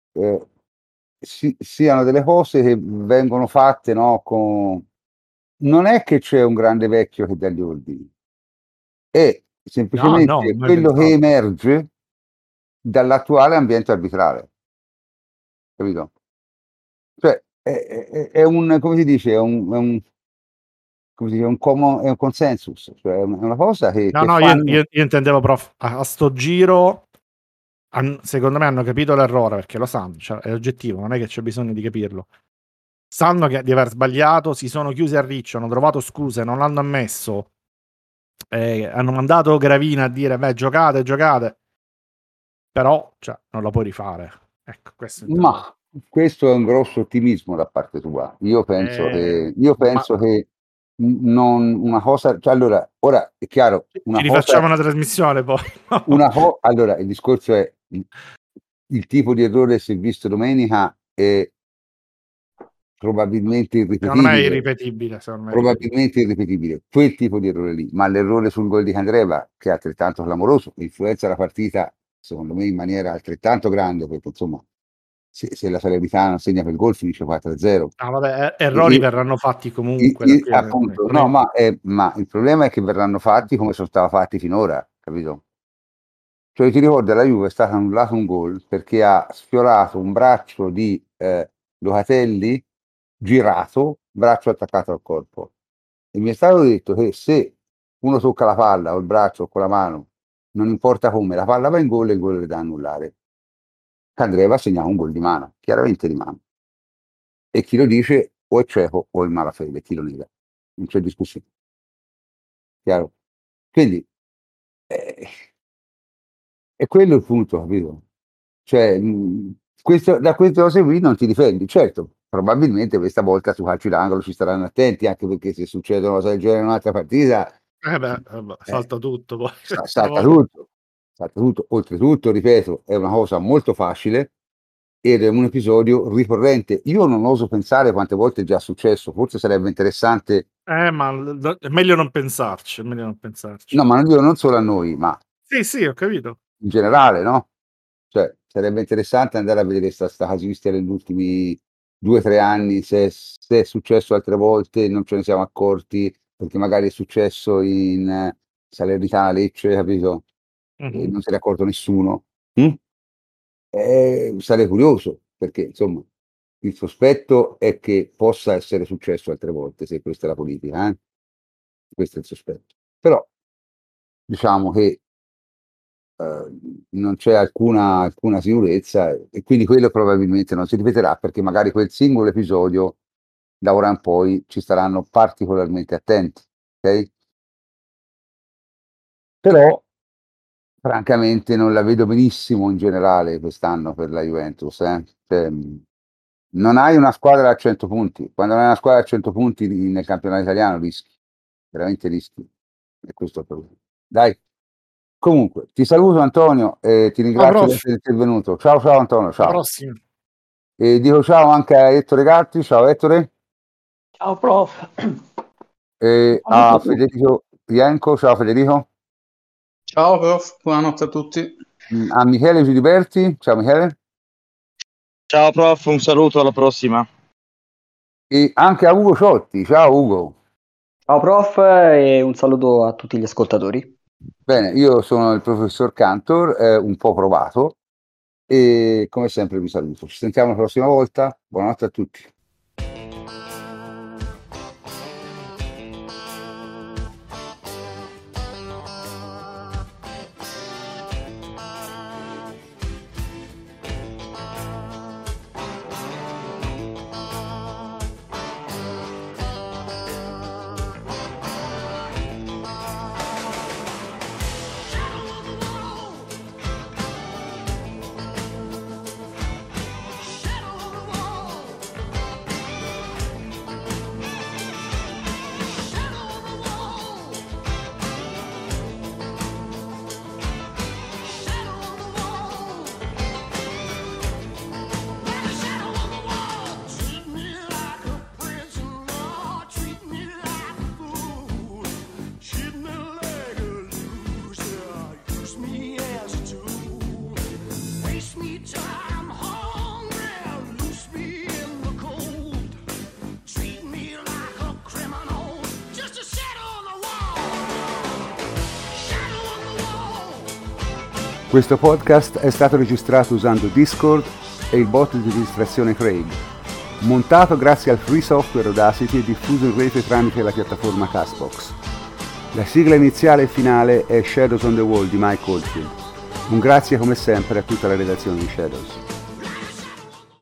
siano delle cose che vengono fatte, no, non è che c'è un grande vecchio che dà gli ordini, è semplicemente quello che emerge dall'attuale ambiente arbitrale, capito? Cioè è un, come si dice, è un consensus, cioè è una cosa che io intendevo, prof, a sto giro secondo me hanno capito l'errore, perché lo sanno, cioè, è oggettivo, non è che c'è bisogno di capirlo. Sanno di aver sbagliato, si sono chiusi a riccio, hanno trovato scuse, non l'hanno ammesso, hanno mandato Gravina a dire beh, giocate, però cioè, non la puoi rifare, ecco, ma questo è un grosso ottimismo da parte tua. Io penso che non una cosa, cioè, allora ora è chiaro, ci rifacciamo una trasmissione poi. Allora il discorso è il tipo di errore se visto domenica è probabilmente irripetibile. Probabilmente irripetibile quel tipo di errore lì, ma l'errore sul gol di Candreva, che è altrettanto clamoroso, influenza la partita secondo me in maniera altrettanto grande, perché insomma se la Salernitana segna per gol finisce 4-0. Vabbè, errori verranno fatti comunque. Appunto, no, ma il problema è che verranno fatti come sono stati fatti finora, capito? Cioè ti ricordi, la Juve è stato annullato un gol perché ha sfiorato un braccio di Locatelli girato, braccio attaccato al corpo. E mi è stato detto che se uno tocca la palla o il braccio o con la mano, non importa come, la palla va in gol e il gol è da annullare. Candreva segnava un gol di mano, chiaramente di mano. E chi lo dice o è cieco o è in malafede, chi lo nega. Non c'è discussione. Chiaro? Quindi è quello il punto, capito? Cioè, da queste cose qui non ti difendi. Certo, probabilmente questa volta su calcio d'angolo ci staranno attenti, anche perché se succede una cosa del genere in un'altra partita, salta tutto poi. Salta tutto. Oltretutto, ripeto, è una cosa molto facile ed è un episodio ricorrente. Io non oso pensare quante volte è già successo, forse sarebbe interessante. Ma è meglio non pensarci, No, ma non dico non solo a noi, ma sì, ho capito. In generale, no? Cioè, sarebbe interessante andare a vedere sta casistica negli ultimi 2-3 anni, se è successo altre volte, non ce ne siamo accorti, perché magari è successo in Salernitana, Lecce, capito? E non se ne è accorto nessuno. Sarei curioso, perché insomma il sospetto è che possa essere successo altre volte, se questa è la politica, questo è il sospetto. Però diciamo che non c'è alcuna sicurezza e quindi quello probabilmente non si ripeterà, perché magari quel singolo episodio da ora in poi ci staranno particolarmente attenti, ok? Però francamente non la vedo benissimo in generale quest'anno per la Juventus, Cioè, non hai una squadra a 100 punti. Quando non hai una squadra a 100 punti nel campionato italiano rischi, veramente rischi. E questo è il problema. Dai. Comunque, ti saluto Antonio e ti ringrazio di essere intervenuto. Ciao Antonio, ciao. Alla prossima. E dico ciao anche a Ettore Gatti, ciao Ettore. Ciao prof. E a Federico Ienco, ciao Federico. Ciao prof, buonanotte a tutti. A Michele Giliberti, ciao Michele. Ciao prof, un saluto, alla prossima. E anche a Ugo Ciotti, ciao Ugo. Ciao prof e un saluto a tutti gli ascoltatori. Bene, io sono il professor Cantor, un po' provato e come sempre vi saluto. Ci sentiamo la prossima volta, buonanotte a tutti. Questo podcast è stato registrato usando Discord e il bot di registrazione Craig, montato grazie al free software Audacity e diffuso in rete tramite la piattaforma Castbox. La sigla iniziale e finale è Shadows on the Wall di Mike Oldfield. Un grazie come sempre a tutta la redazione di Shadows.